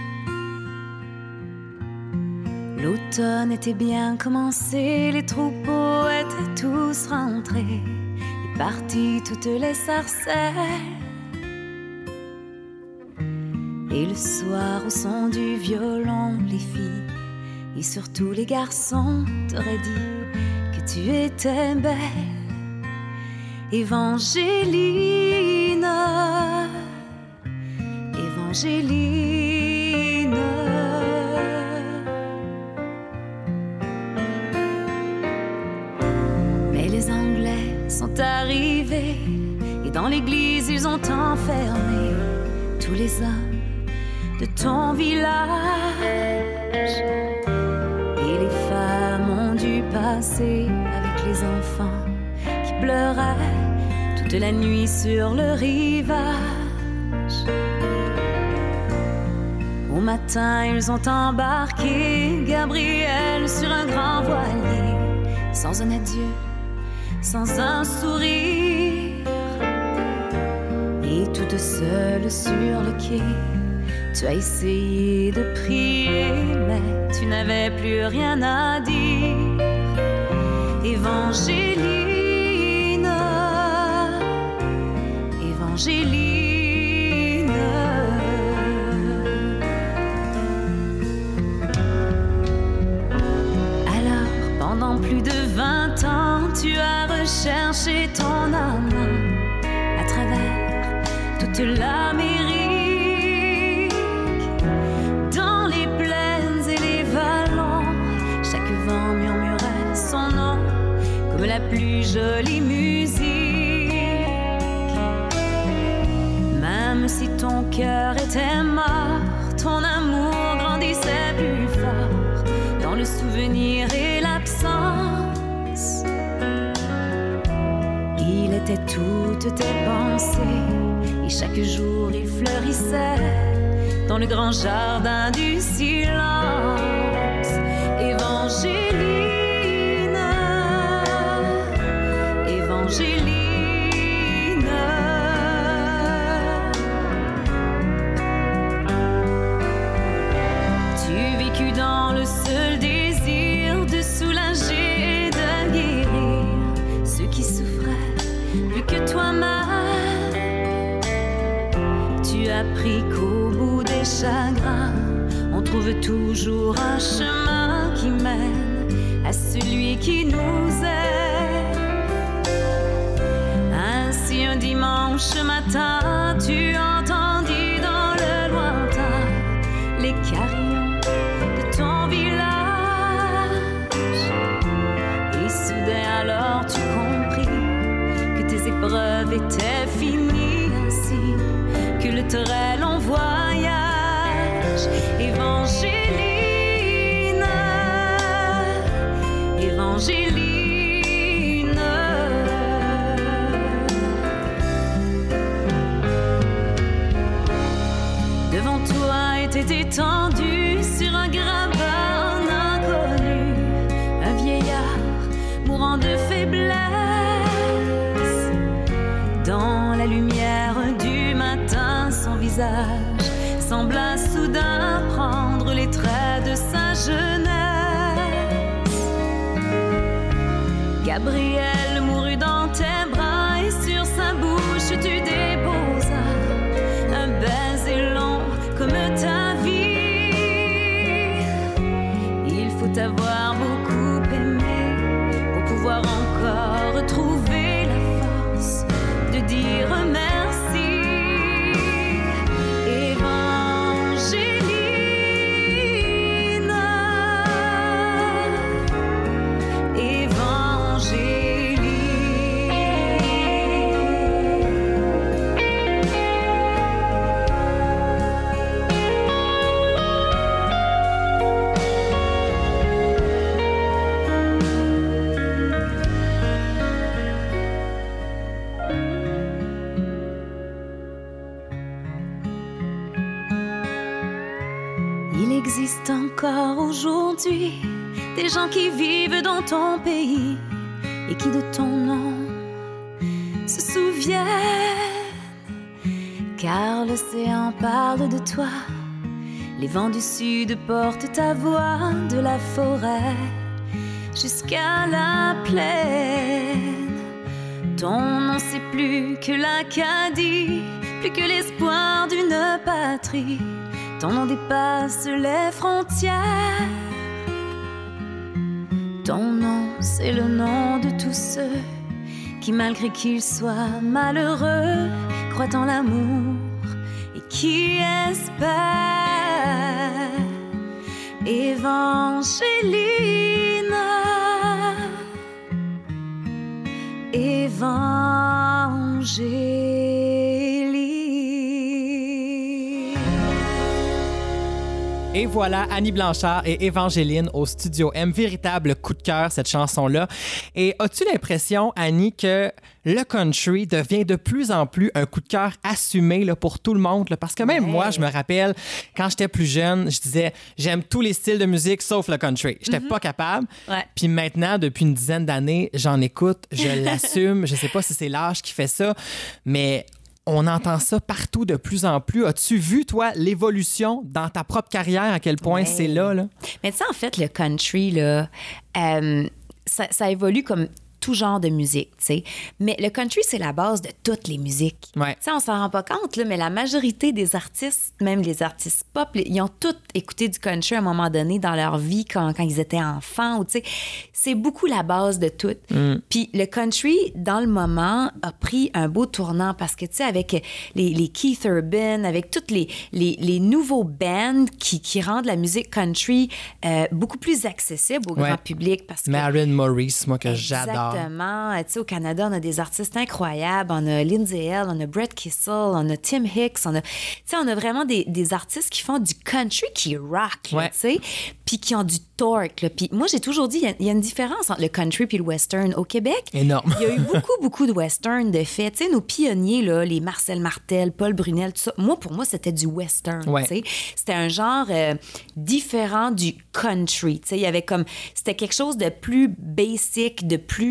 Speaker 2: L'automne était bien commencé, les troupeaux étaient tous rentrés et partis toutes les sarcelles. Et le soir au son du violon, les filles et surtout les garçons t'auraient dit que tu étais belle, Évangéline, Évangéline. Mais les Anglais sont arrivés et dans l'église ils ont enfermé tous les hommes de ton village. Et les femmes ont dû passer avec les enfants qui pleuraient toute la nuit sur le rivage. Au matin, ils ont embarqué Gabriel sur un grand voilier, sans un adieu, sans un sourire. Et toute seule sur le quai, tu as essayé de prier, mais tu n'avais plus rien à dire. Évangéline, Évangéline. Alors, pendant plus de vingt ans, tu as recherché ton amant à travers toute l'Amérique, dans les plaines et les vallons. Chaque vent murmurait son nom comme la plus jolie musique. Même si ton cœur était mort, ton amour grandissait plus fort dans le souvenir et l'absence. Il était toutes tes pensées et chaque jour il fleurissait dans le grand jardin du silence. Évangéline, Évangéline.
Speaker 3: appris qu'au bout des chagrins, on trouve toujours un chemin qui mène à celui qui nous aime. Ainsi un dimanche matin, tu entendis dans le lointain les carillons de ton village. Et soudain alors tu compris que tes épreuves étaient finies, ainsi que le très long voyage. Évangéline, Évangéline. Devant toi était étendu sur un grabat un inconnu, un vieillard mourant de faiblesse. Dans la lumière du matin, son visage sembla soudain prendre les traits de sa jeunesse. Gabriel mourut dans tes bras et sur sa bouche tu déposas un baiser long comme ta vie. Il faut avoir beaucoup aimé pour pouvoir encore trouver la force de dire merci. Encore aujourd'hui, des gens qui vivent dans ton pays et qui de ton nom se souviennent, car l'océan parle de toi, les vents du sud portent ta voix de la forêt jusqu'à la plaine. Ton nom c'est plus que l'Acadie, plus que l'espoir d'une patrie. Ton nom dépasse les frontières. Ton nom, c'est le nom de tous ceux qui, malgré qu'ils soient malheureux, croient en l'amour et qui espèrent. Évangéline, Évangéline.
Speaker 1: Et voilà, Annie Blanchard et Évangéline au Studio M. Véritable coup de cœur, cette chanson-là. Et as-tu l'impression, Annie, que le country devient de plus en plus un coup de cœur assumé là, pour tout le monde? Là? Parce que même ouais. moi, je me rappelle, quand j'étais plus jeune, je disais « j'aime tous les styles de musique sauf le country ». J'étais mm-hmm. pas capable. Ouais. Puis maintenant, depuis une dizaine d'années, j'en écoute, je l'assume. Je sais pas si c'est l'âge qui fait ça, mais... on entend ça partout de plus en plus. As-tu vu, toi, l'évolution dans ta propre carrière, à quel point ouais. c'est là, là?
Speaker 2: Mais tu sais, en fait, le country, là, euh, ça, ça évolue comme tout genre de musique, tu sais. Mais le country, c'est la base de toutes les musiques.
Speaker 1: Ouais.
Speaker 2: Tu sais, on s'en rend pas compte, là, mais la majorité des artistes, même les artistes pop, ils ont tous écouté du country à un moment donné dans leur vie quand, quand ils étaient enfants. Ou, tu sais, c'est beaucoup la base de tout. Mm. Puis le country, dans le moment, a pris un beau tournant parce que, tu sais, avec les, les Keith Urban, avec tous les, les, les nouveaux bands qui, qui rendent la musique country euh, beaucoup plus accessible au ouais. grand public. Parce que...
Speaker 1: Maren Morris, moi, que j'adore.
Speaker 2: Exactement. Tu sais, au Canada, on a des artistes incroyables. On a Lindsay Ell, on a Brett Kissel, on a Tim Hicks. On a, tu sais, on a vraiment des, des artistes qui font du country qui rock, ouais. tu sais, puis qui ont du torque. Là. Puis moi, j'ai toujours dit, il y, y a une différence entre le country puis le western. Au Québec,
Speaker 1: énorme.
Speaker 2: Il y a eu beaucoup, beaucoup de western de fait. Tu sais, nos pionniers, là, les Marcel Martel, Paul Brunel, tout ça, moi, pour moi, c'était du western,
Speaker 1: ouais.
Speaker 2: tu sais. C'était un genre euh, différent du country, tu sais. Il y avait comme... C'était quelque chose de plus basic, de plus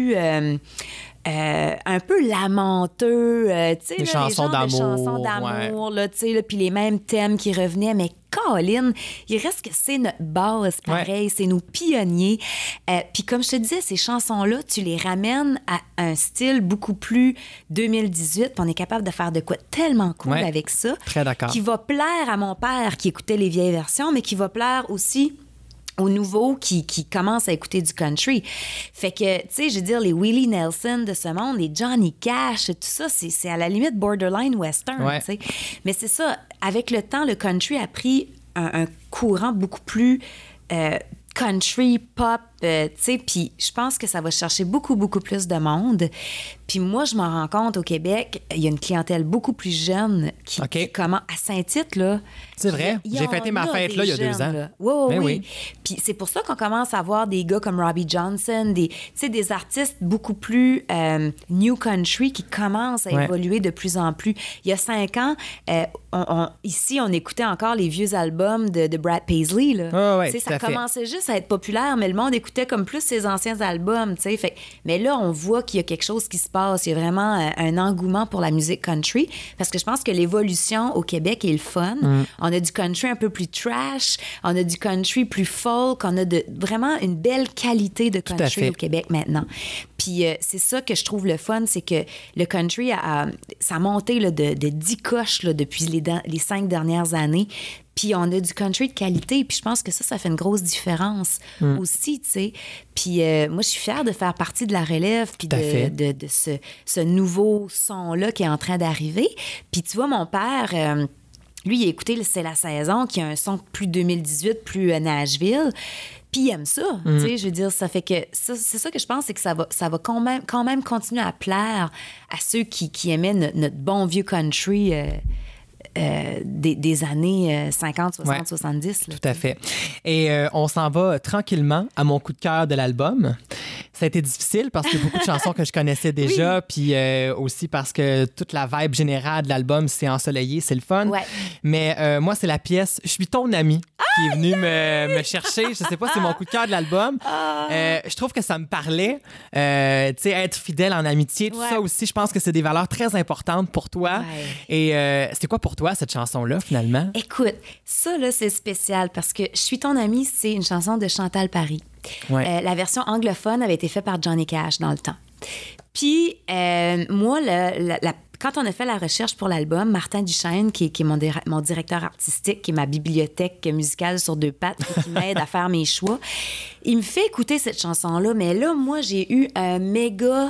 Speaker 2: plus... Euh, Euh, un peu lamenteux, euh, tu sais,
Speaker 1: les,
Speaker 2: là,
Speaker 1: chansons
Speaker 2: les genres de
Speaker 1: d'amour,
Speaker 2: chansons d'amour,
Speaker 1: ouais.
Speaker 2: là, tu sais, là, puis les mêmes thèmes qui revenaient, mais Colin, il reste que c'est notre base, pareil, ouais. C'est nos pionniers. Euh, puis comme je te disais, ces chansons-là, tu les ramènes à un style beaucoup plus deux mille dix-huit, puis on est capable de faire de quoi tellement cool
Speaker 1: ouais.
Speaker 2: avec ça.
Speaker 1: Très d'accord.
Speaker 2: Qui va plaire à mon père qui écoutait les vieilles versions, mais qui va plaire aussi aux nouveaux qui, qui commencent à écouter du country. Fait que, tu sais, je veux dire, les Willie Nelson de ce monde, les Johnny Cash, tout ça, c'est, c'est à la limite borderline western,
Speaker 1: ouais.
Speaker 2: tu sais. Mais c'est ça, avec le temps, le country a pris un, un courant beaucoup plus euh, country, pop, euh, tu sais, puis je pense que ça va chercher beaucoup, beaucoup plus de monde. Puis moi, je m'en rends compte, au Québec, il y a une clientèle beaucoup plus jeune qui,
Speaker 1: okay.
Speaker 2: qui comment, à Saint-Tite, là...
Speaker 1: C'est vrai, j'ai fêté ma fête, là, il y a deux ans.
Speaker 2: Là. Oui, oui,
Speaker 1: oui.
Speaker 2: oui. Puis c'est pour ça qu'on commence à voir des gars comme Robbie Johnson, des, tu sais, des artistes beaucoup plus euh, new country qui commencent à ouais. évoluer de plus en plus. Il y a cinq ans, euh, on, on, ici, on écoutait encore les vieux albums de, de Brad Paisley, là.
Speaker 1: Oh, ouais,
Speaker 2: ça commençait juste à être populaire, mais le monde écoutait comme plus ses anciens albums, tu sais. Fait, mais là, on voit qu'il y a quelque chose qui se passe. Il y a vraiment un, un engouement pour la musique country, parce que je pense que l'évolution au Québec est le fun. Mm. On a du country un peu plus trash, on a du country plus folk, on a de, vraiment une belle qualité de country au Québec maintenant. Puis euh, c'est ça que je trouve le fun, c'est que le country, a, a, ça a monté là, de, de dix coches là, depuis les, les cinq dernières années. Puis on a du country de qualité. Puis je pense que ça, ça fait une grosse différence mm. aussi, tu sais. Puis euh, moi, je suis fière de faire partie de la relève puis de, de, de ce, ce nouveau son-là qui est en train d'arriver. Puis tu vois, mon père... Euh, lui, il a écouté C'est la saison, qui a un son plus deux mille dix-huit, plus euh, Nashville. Puis il aime ça, mm. tu sais, je veux dire, ça fait que... Ça, c'est ça que je pense, c'est que ça va, ça va quand, même, quand même continuer à plaire à ceux qui, qui aimaient notre, notre bon vieux country... Euh, Euh, des, des années cinquante, soixante, ouais, soixante-dix. Là,
Speaker 1: tout à fait. Et euh, on s'en va tranquillement à mon coup de cœur de l'album. Ça a été difficile parce qu'il y a beaucoup de chansons que je connaissais déjà, oui. Puis euh, aussi parce que toute la vibe générale de l'album, c'est ensoleillé, c'est le fun. Ouais. Mais euh, moi, c'est la pièce « Je suis ton ami » qui est venue me, me chercher. Je sais pas, c'est mon coup de cœur de l'album. Ah. Euh, je trouve que ça me parlait. Euh, tu sais, être fidèle en amitié, tout ouais. ça aussi, je pense que c'est des valeurs très importantes pour toi. Ouais. Et euh, c'était quoi pour toi, cette chanson-là, finalement?
Speaker 2: Écoute, ça, là, c'est spécial parce que « Je suis ton ami », c'est une chanson de Chantal Paris. Ouais. Euh, la version anglophone avait été faite par Johnny Cash dans le temps. Puis, euh, moi, le, la, la, quand on a fait la recherche pour l'album, Martin Duchesne, qui, qui est mon, dir- mon directeur artistique, qui est ma bibliothèque musicale sur deux pattes, et qui m'aide à faire mes choix, il me fait écouter cette chanson-là. Mais là, moi, j'ai eu un méga,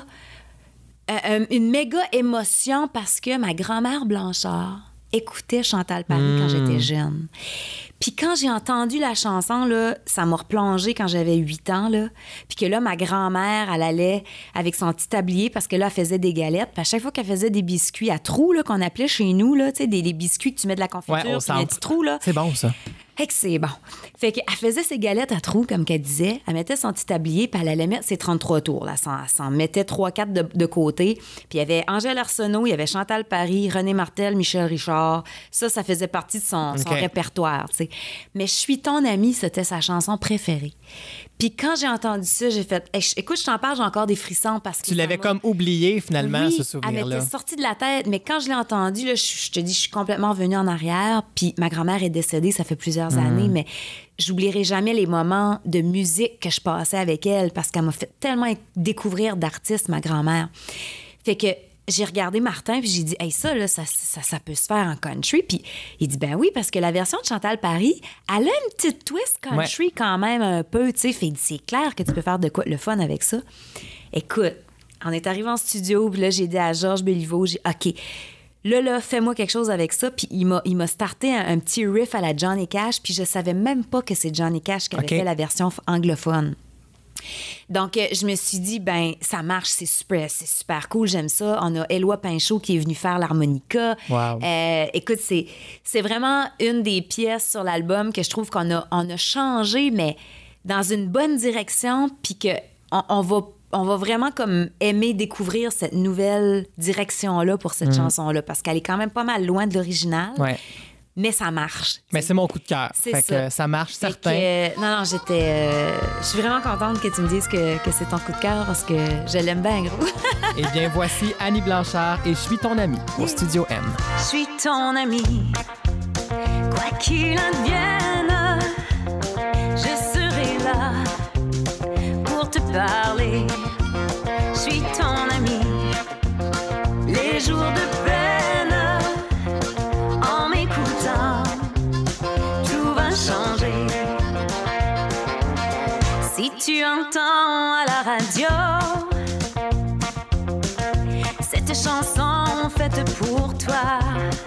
Speaker 2: euh, une méga émotion parce que ma grand-mère Blanchard écoutais Chantal Paris mmh. quand j'étais jeune. Puis quand j'ai entendu la chanson, là, ça m'a replongée quand j'avais huit ans. Là. Puis que là, ma grand-mère, elle allait avec son petit tablier parce que là, elle faisait des galettes. Puis à chaque fois qu'elle faisait des biscuits à trous, là, qu'on appelait chez nous, là, des, des biscuits que tu mets de la confiture,
Speaker 1: ouais,
Speaker 2: puis un petit trou. Là.
Speaker 1: C'est bon, ça.
Speaker 2: Fait que c'est bon. Fait qu'elle faisait ses galettes à trous, comme qu'elle disait. Elle mettait son petit tablier, puis elle allait mettre ses trente-trois tours. Là. Elle, s'en, elle s'en mettait trois quatre de, de côté. Puis il y avait Angèle Arsenault, il y avait Chantal Paris, René Martel, Michel Richard. Ça, ça faisait partie de son, okay. son répertoire, tu sais. Mais « Je suis ton ami », c'était sa chanson préférée. Puis quand j'ai entendu ça, j'ai fait hey, « Écoute, je t'en parle, j'ai encore des frissons. » parce que
Speaker 1: tu l'avais comme oublié, finalement,
Speaker 2: oui,
Speaker 1: ce souvenir-là.
Speaker 2: Elle m'était sortie de la tête. Mais quand je l'ai entendu, là, je, je te dis, je suis complètement revenue en arrière. Puis ma grand-mère est décédée, ça fait plusieurs mmh. années, mais j'oublierai jamais les moments de musique que je passais avec elle parce qu'elle m'a fait tellement découvrir d'artistes, ma grand-mère. Fait que j'ai regardé Martin, puis j'ai dit, hey, ça, là, ça, ça, ça peut se faire en country. Puis il dit, ben oui, parce que la version de Chantal Paris, elle a une petite twist country ouais. quand même un peu, tu sais. Fait que c'est clair que tu peux faire de quoi le fun avec ça. Écoute, on est arrivé en studio, puis là, j'ai dit à Georges Béliveau, j'ai OK, là, là, fais-moi quelque chose avec ça. Puis il m'a, il m'a starté un, un petit riff à la Johnny Cash, puis je savais même pas que c'est Johnny Cash qui avait okay. fait la version anglophone. Donc, je me suis dit, ben ça marche, c'est super, c'est super cool, j'aime ça. On a Éloi Pinchot qui est venu faire l'harmonica.
Speaker 1: Wow.
Speaker 2: Euh, écoute, c'est, c'est vraiment une des pièces sur l'album que je trouve qu'on a, on a changé, mais dans une bonne direction, puis qu'on on va, on va vraiment comme aimer découvrir cette nouvelle direction-là pour cette mmh. chanson-là, parce qu'elle est quand même pas mal loin de l'original.
Speaker 1: Ouais.
Speaker 2: mais ça marche.
Speaker 1: Mais c'est mon coup de cœur.
Speaker 2: C'est
Speaker 1: fait
Speaker 2: ça.
Speaker 1: Que ça marche,
Speaker 2: Fait
Speaker 1: certain.
Speaker 2: que, euh, non, non, j'étais... euh, je suis vraiment contente que tu me dises que, que c'est ton coup de cœur parce que je l'aime bien, gros.
Speaker 1: Eh bien, voici Annie Blanchard et Je suis ton amie au Studio M.
Speaker 2: Je suis ton ami, quoi qu'il advienne, je serai là pour te parler. Je suis ton ami, les jours de peine, en m'écoutant, tout va changer. Si tu entends à la radio cette chanson faite pour toi,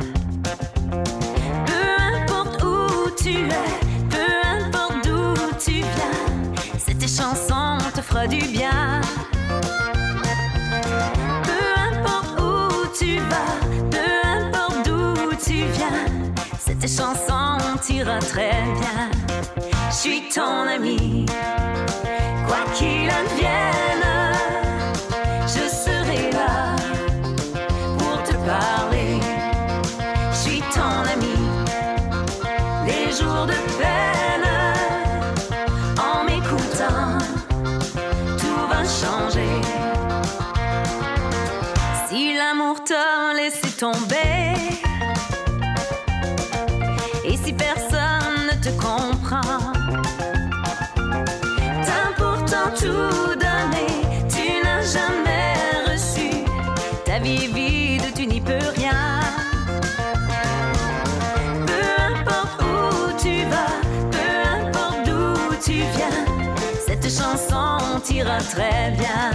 Speaker 2: peu importe où tu es, peu importe d'où tu viens, cette chanson te fera du bien. Peu importe où tu vas, peu importe d'où tu viens, cette chanson t'ira très bien. Je suis ton ami, quoi qu'il advienne, je serai là pour te parler. Je suis ton ami, les jours de peine, en m'écoutant, tout va changer. Si l'amour t'a laissé tomber, et si personne ne te comprend, t'as pourtant tout donné, tu n'as jamais reçu, ta vie vide, tu n'y peux rien. Peu importe où tu vas, peu importe d'où tu viens, cette chanson t'ira très bien.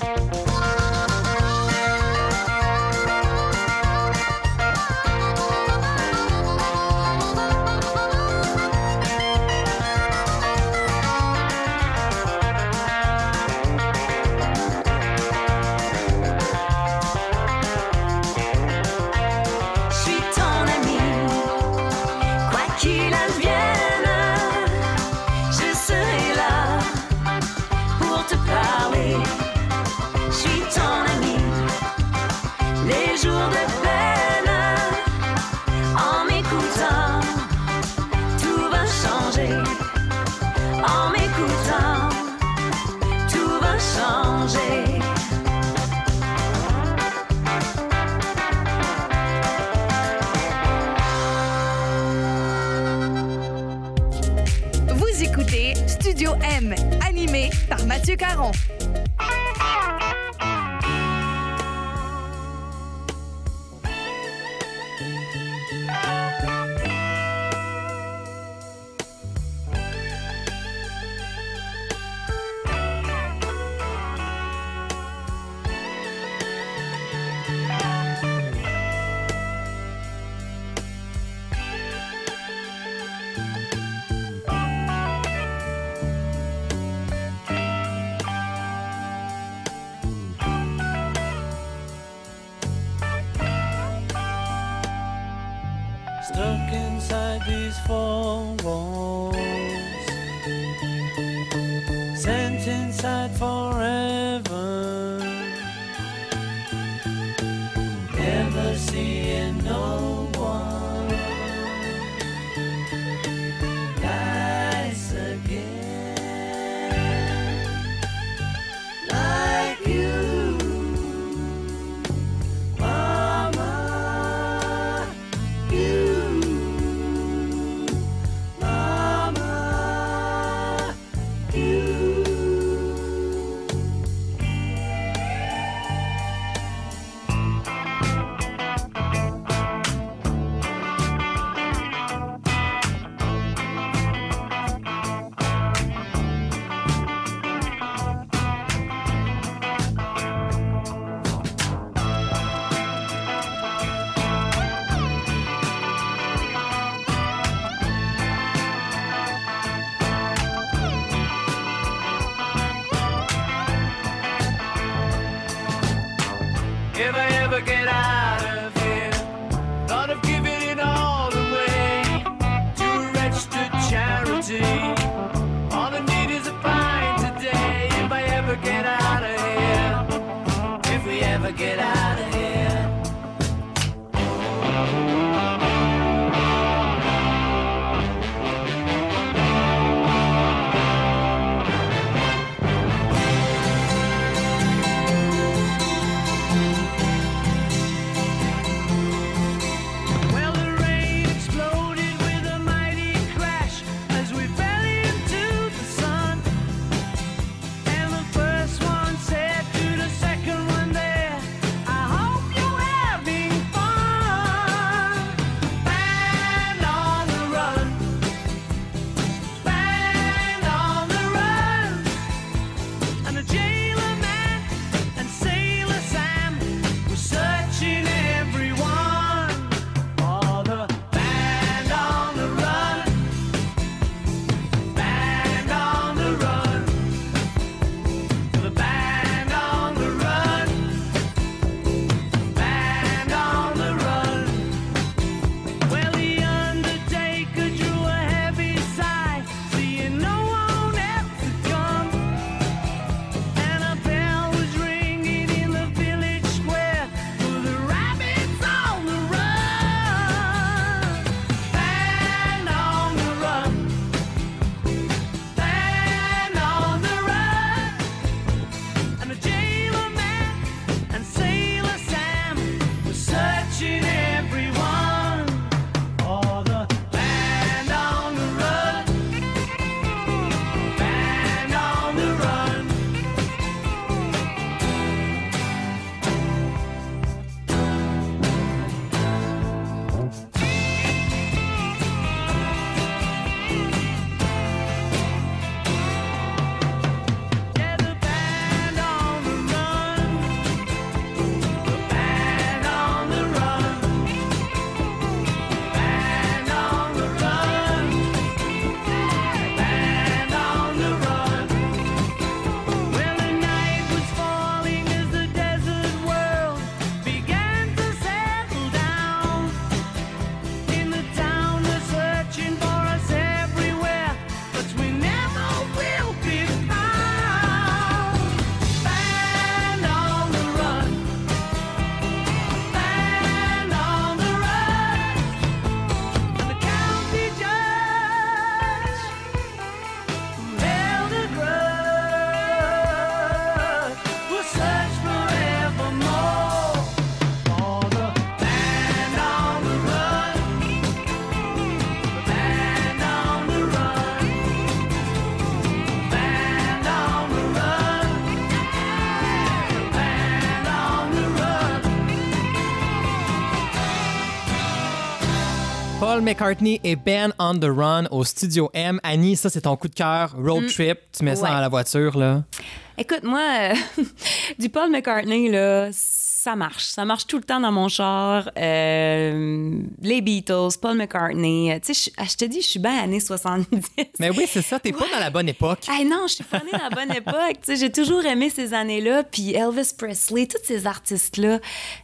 Speaker 4: Studio M, animé par Mathieu Caron.
Speaker 6: Stuck inside these four walls, sent inside forever, never seeing no one nice again, like you, Mama, you. If I ever get out of here, thought of giving it all away to a registered charity. All I need is a pint today. If I ever get out of here, if we ever get out of here.
Speaker 1: Paul McCartney et Ben on the Run au Studio M. Annie, ça, c'est ton coup de cœur, road trip. Tu mets ça
Speaker 2: Ouais.
Speaker 1: dans la voiture, là.
Speaker 2: Écoute, moi, euh, du Paul McCartney, là, ça marche. Ça marche tout le temps dans mon char. Euh, les Beatles, Paul McCartney. Euh, Tu sais, je je te dis, je suis bien années soixante-dix.
Speaker 1: Mais oui, c'est ça, t'es pas dans la bonne époque.
Speaker 2: Hey, non, je suis pas née dans la bonne époque. Tu sais, j'ai toujours aimé ces années-là. Puis Elvis Presley, tous ces artistes-là.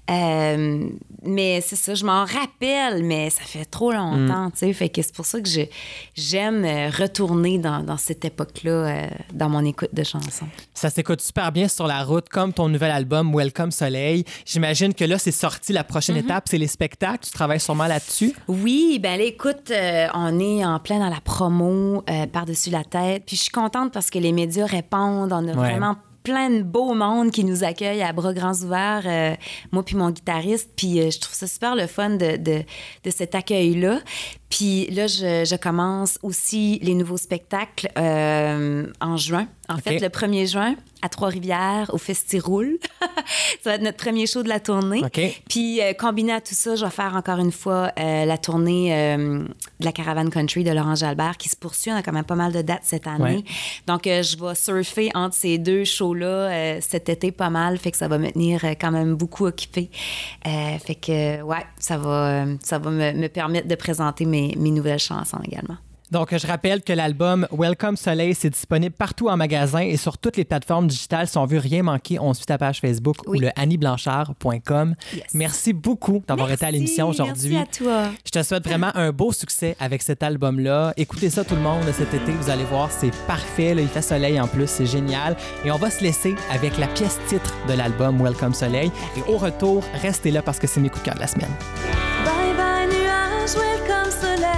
Speaker 2: Euh, mais c'est ça, je m'en rappelle, mais ça fait trop longtemps.
Speaker 1: Mm.
Speaker 2: Tu sais, fait que c'est pour ça que je, j'aime euh, retourner dans, dans cette époque-là, euh, dans mon écoute de chansons.
Speaker 1: Ça s'écoute super bien sur la route, comme ton nouvel album Welcome Soleil. J'imagine que là, c'est sorti. La prochaine
Speaker 2: Mm-hmm.
Speaker 1: étape, c'est les spectacles. Tu travailles sûrement là-dessus.
Speaker 2: Oui, ben là, écoute, euh, on est en plein dans la promo, euh, par-dessus la tête. Puis je suis contente parce que les médias répondent. On a
Speaker 1: Ouais.
Speaker 2: vraiment plein de beaux mondes qui nous accueillent à bras grands ouverts, euh, moi puis mon guitariste. Puis euh, je trouve ça super le fun de, de, de cet accueil-là. Puis là, je, je commence aussi les nouveaux spectacles euh, en juin. En
Speaker 1: OK.
Speaker 2: fait, le premier juin, à Trois-Rivières, au Festiroule. Ça va être notre premier show de la tournée.
Speaker 1: OK.
Speaker 2: Puis, euh, combiné à tout ça, je vais faire encore une fois euh, la tournée euh, de la Caravane Country de Laurent Jalbert qui se poursuit. On a quand même pas mal de dates cette année.
Speaker 1: Ouais.
Speaker 2: Donc, euh, je vais surfer entre ces deux shows-là euh, cet été pas mal. Fait que ça va me tenir euh, quand même beaucoup occupée. Euh, fait que, ouais, ça va, euh, ça va me, me permettre de présenter mes, mes nouvelles chansons également.
Speaker 1: Donc, je rappelle que l'album Welcome Soleil, c'est disponible partout en magasin et sur toutes les plateformes digitales. Si on veut rien manquer, on suit ta page Facebook
Speaker 2: Oui.
Speaker 1: ou le annie blanchard point com.
Speaker 2: Yes.
Speaker 1: Merci beaucoup d'avoir
Speaker 2: Merci,
Speaker 1: été à l'émission aujourd'hui.
Speaker 2: Merci à toi.
Speaker 1: Je te souhaite vraiment un beau succès avec cet album-là. Écoutez ça tout le monde cet été, vous allez voir, c'est parfait. Là, il fait soleil en plus, c'est génial. Et on va se laisser avec la pièce titre de l'album Welcome Soleil. Et au retour, restez là parce que c'est mes coups de cœur de la semaine.
Speaker 3: Bye bye nuage, welcome soleil.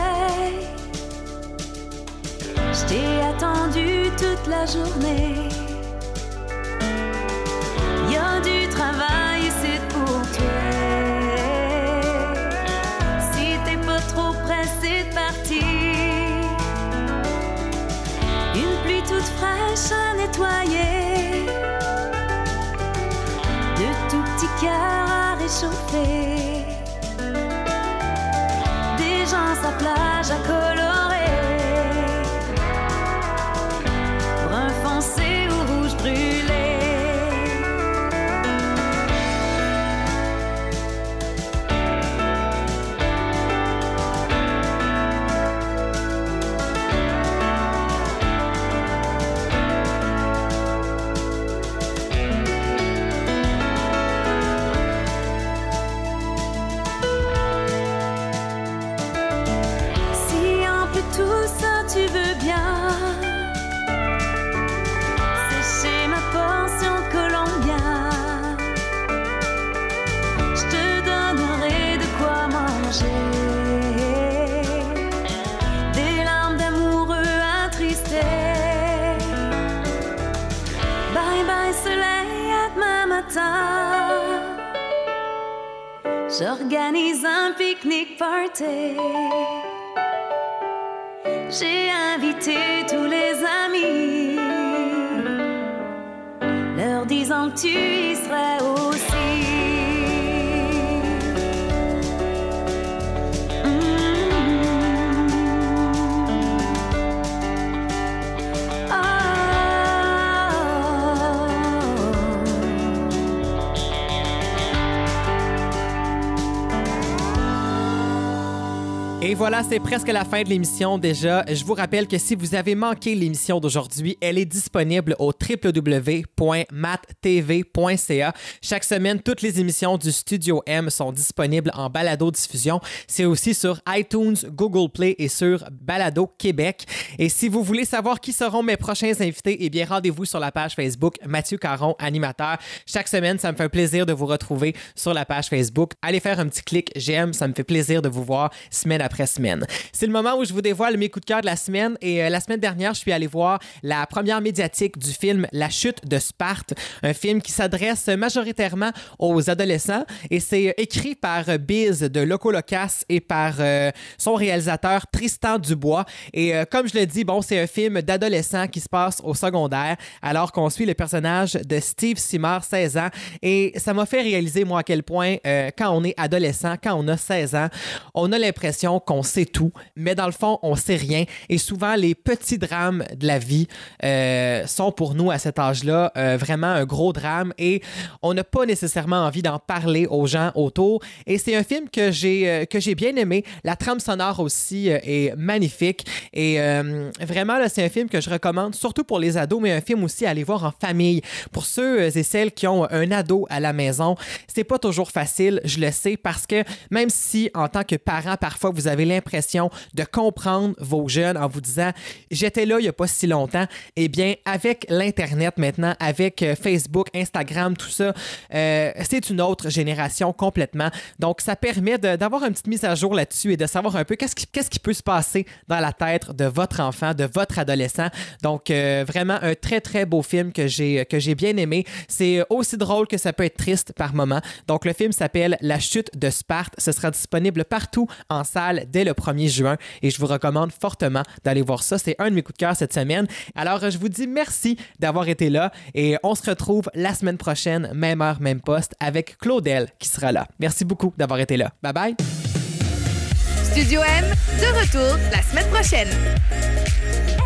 Speaker 3: Je t'ai attendu toute la journée. Y a du travail ici pour toi. Si t'es pas trop pressé de partir, une pluie toute fraîche à nettoyer, de tout petits cœurs à réchauffer, des gens sa plage à colorer, brun foncé ou rouge brûlé. Si en plus tout ça tu veux bien sécher ma portion colombien, je te donnerai de quoi manger, des larmes d'amoureux attristés. Bye bye soleil, à demain matin. J'organise un pique-nique party. J'ai invité tous les amis, leur disant que tu y serais aussi. Mm.
Speaker 1: Et voilà, c'est presque la fin de l'émission déjà. Je vous rappelle que si vous avez manqué l'émission d'aujourd'hui, elle est disponible au w w w point mat t v point c a. Chaque semaine, toutes les émissions du Studio M sont disponibles en balado-diffusion. C'est aussi sur iTunes, Google Play et sur Balado Québec. Et si vous voulez savoir qui seront mes prochains invités, eh bien, rendez-vous sur la page Facebook Mathieu Caron, animateur. Chaque semaine, ça me fait un plaisir de vous retrouver sur la page Facebook. Allez faire un petit clic j'aime, ça me fait plaisir de vous voir semaine après semaine. C'est le moment où je vous dévoile mes coups de cœur de la semaine. Et euh, la semaine dernière, je suis allé voir la première médiatique du film La chute de Sparte, un film qui s'adresse majoritairement aux adolescents. Et c'est euh, écrit par euh, Biz de Loco Locas et par euh, son réalisateur Tristan Dubois. Et euh, comme je le dis, bon, c'est un film d'adolescents qui se passe au secondaire, alors qu'on suit le personnage de Steve Simard, seize ans. Et ça m'a fait réaliser, moi, à quel point, euh, quand on est adolescent, quand on a seize ans, on a l'impression qu'on sait tout, mais dans le fond, on sait rien. Et souvent, les petits drames de la vie euh, sont pour nous, à cet âge-là, euh, vraiment un gros drame. Et on n'a pas nécessairement envie d'en parler aux gens autour. Et c'est un film que j'ai, euh, que j'ai bien aimé. La trame sonore aussi euh, est magnifique. Et euh, vraiment, là, c'est un film que je recommande, surtout pour les ados, mais un film aussi à aller voir en famille. Pour ceux et celles qui ont un ado à la maison, c'est pas toujours facile, je le sais, parce que même si, en tant que parent, parfois, vous avez l'impression de comprendre vos jeunes en vous disant « j'étais là il y a pas si longtemps », eh bien, avec l'Internet maintenant, avec Facebook, Instagram, tout ça, euh, c'est une autre génération complètement. Donc, ça permet de, d'avoir une petite mise à jour là-dessus et de savoir un peu qu'est-ce qui, qu'est-ce qui peut se passer dans la tête de votre enfant, de votre adolescent. Donc, euh, vraiment un très, très beau film que j'ai, que j'ai bien aimé. C'est aussi drôle que ça peut être triste par moment. Donc, le film s'appelle La chute de Sparte. Ce sera disponible partout en salle dès le premier juin et je vous recommande fortement d'aller voir ça. C'est un de mes coups de cœur cette semaine. Alors, je vous dis merci d'avoir été là et on se retrouve la semaine prochaine, même heure, même poste, avec Claudel qui sera là. Merci beaucoup d'avoir été là. Bye bye!
Speaker 4: Studio M, de retour la semaine prochaine.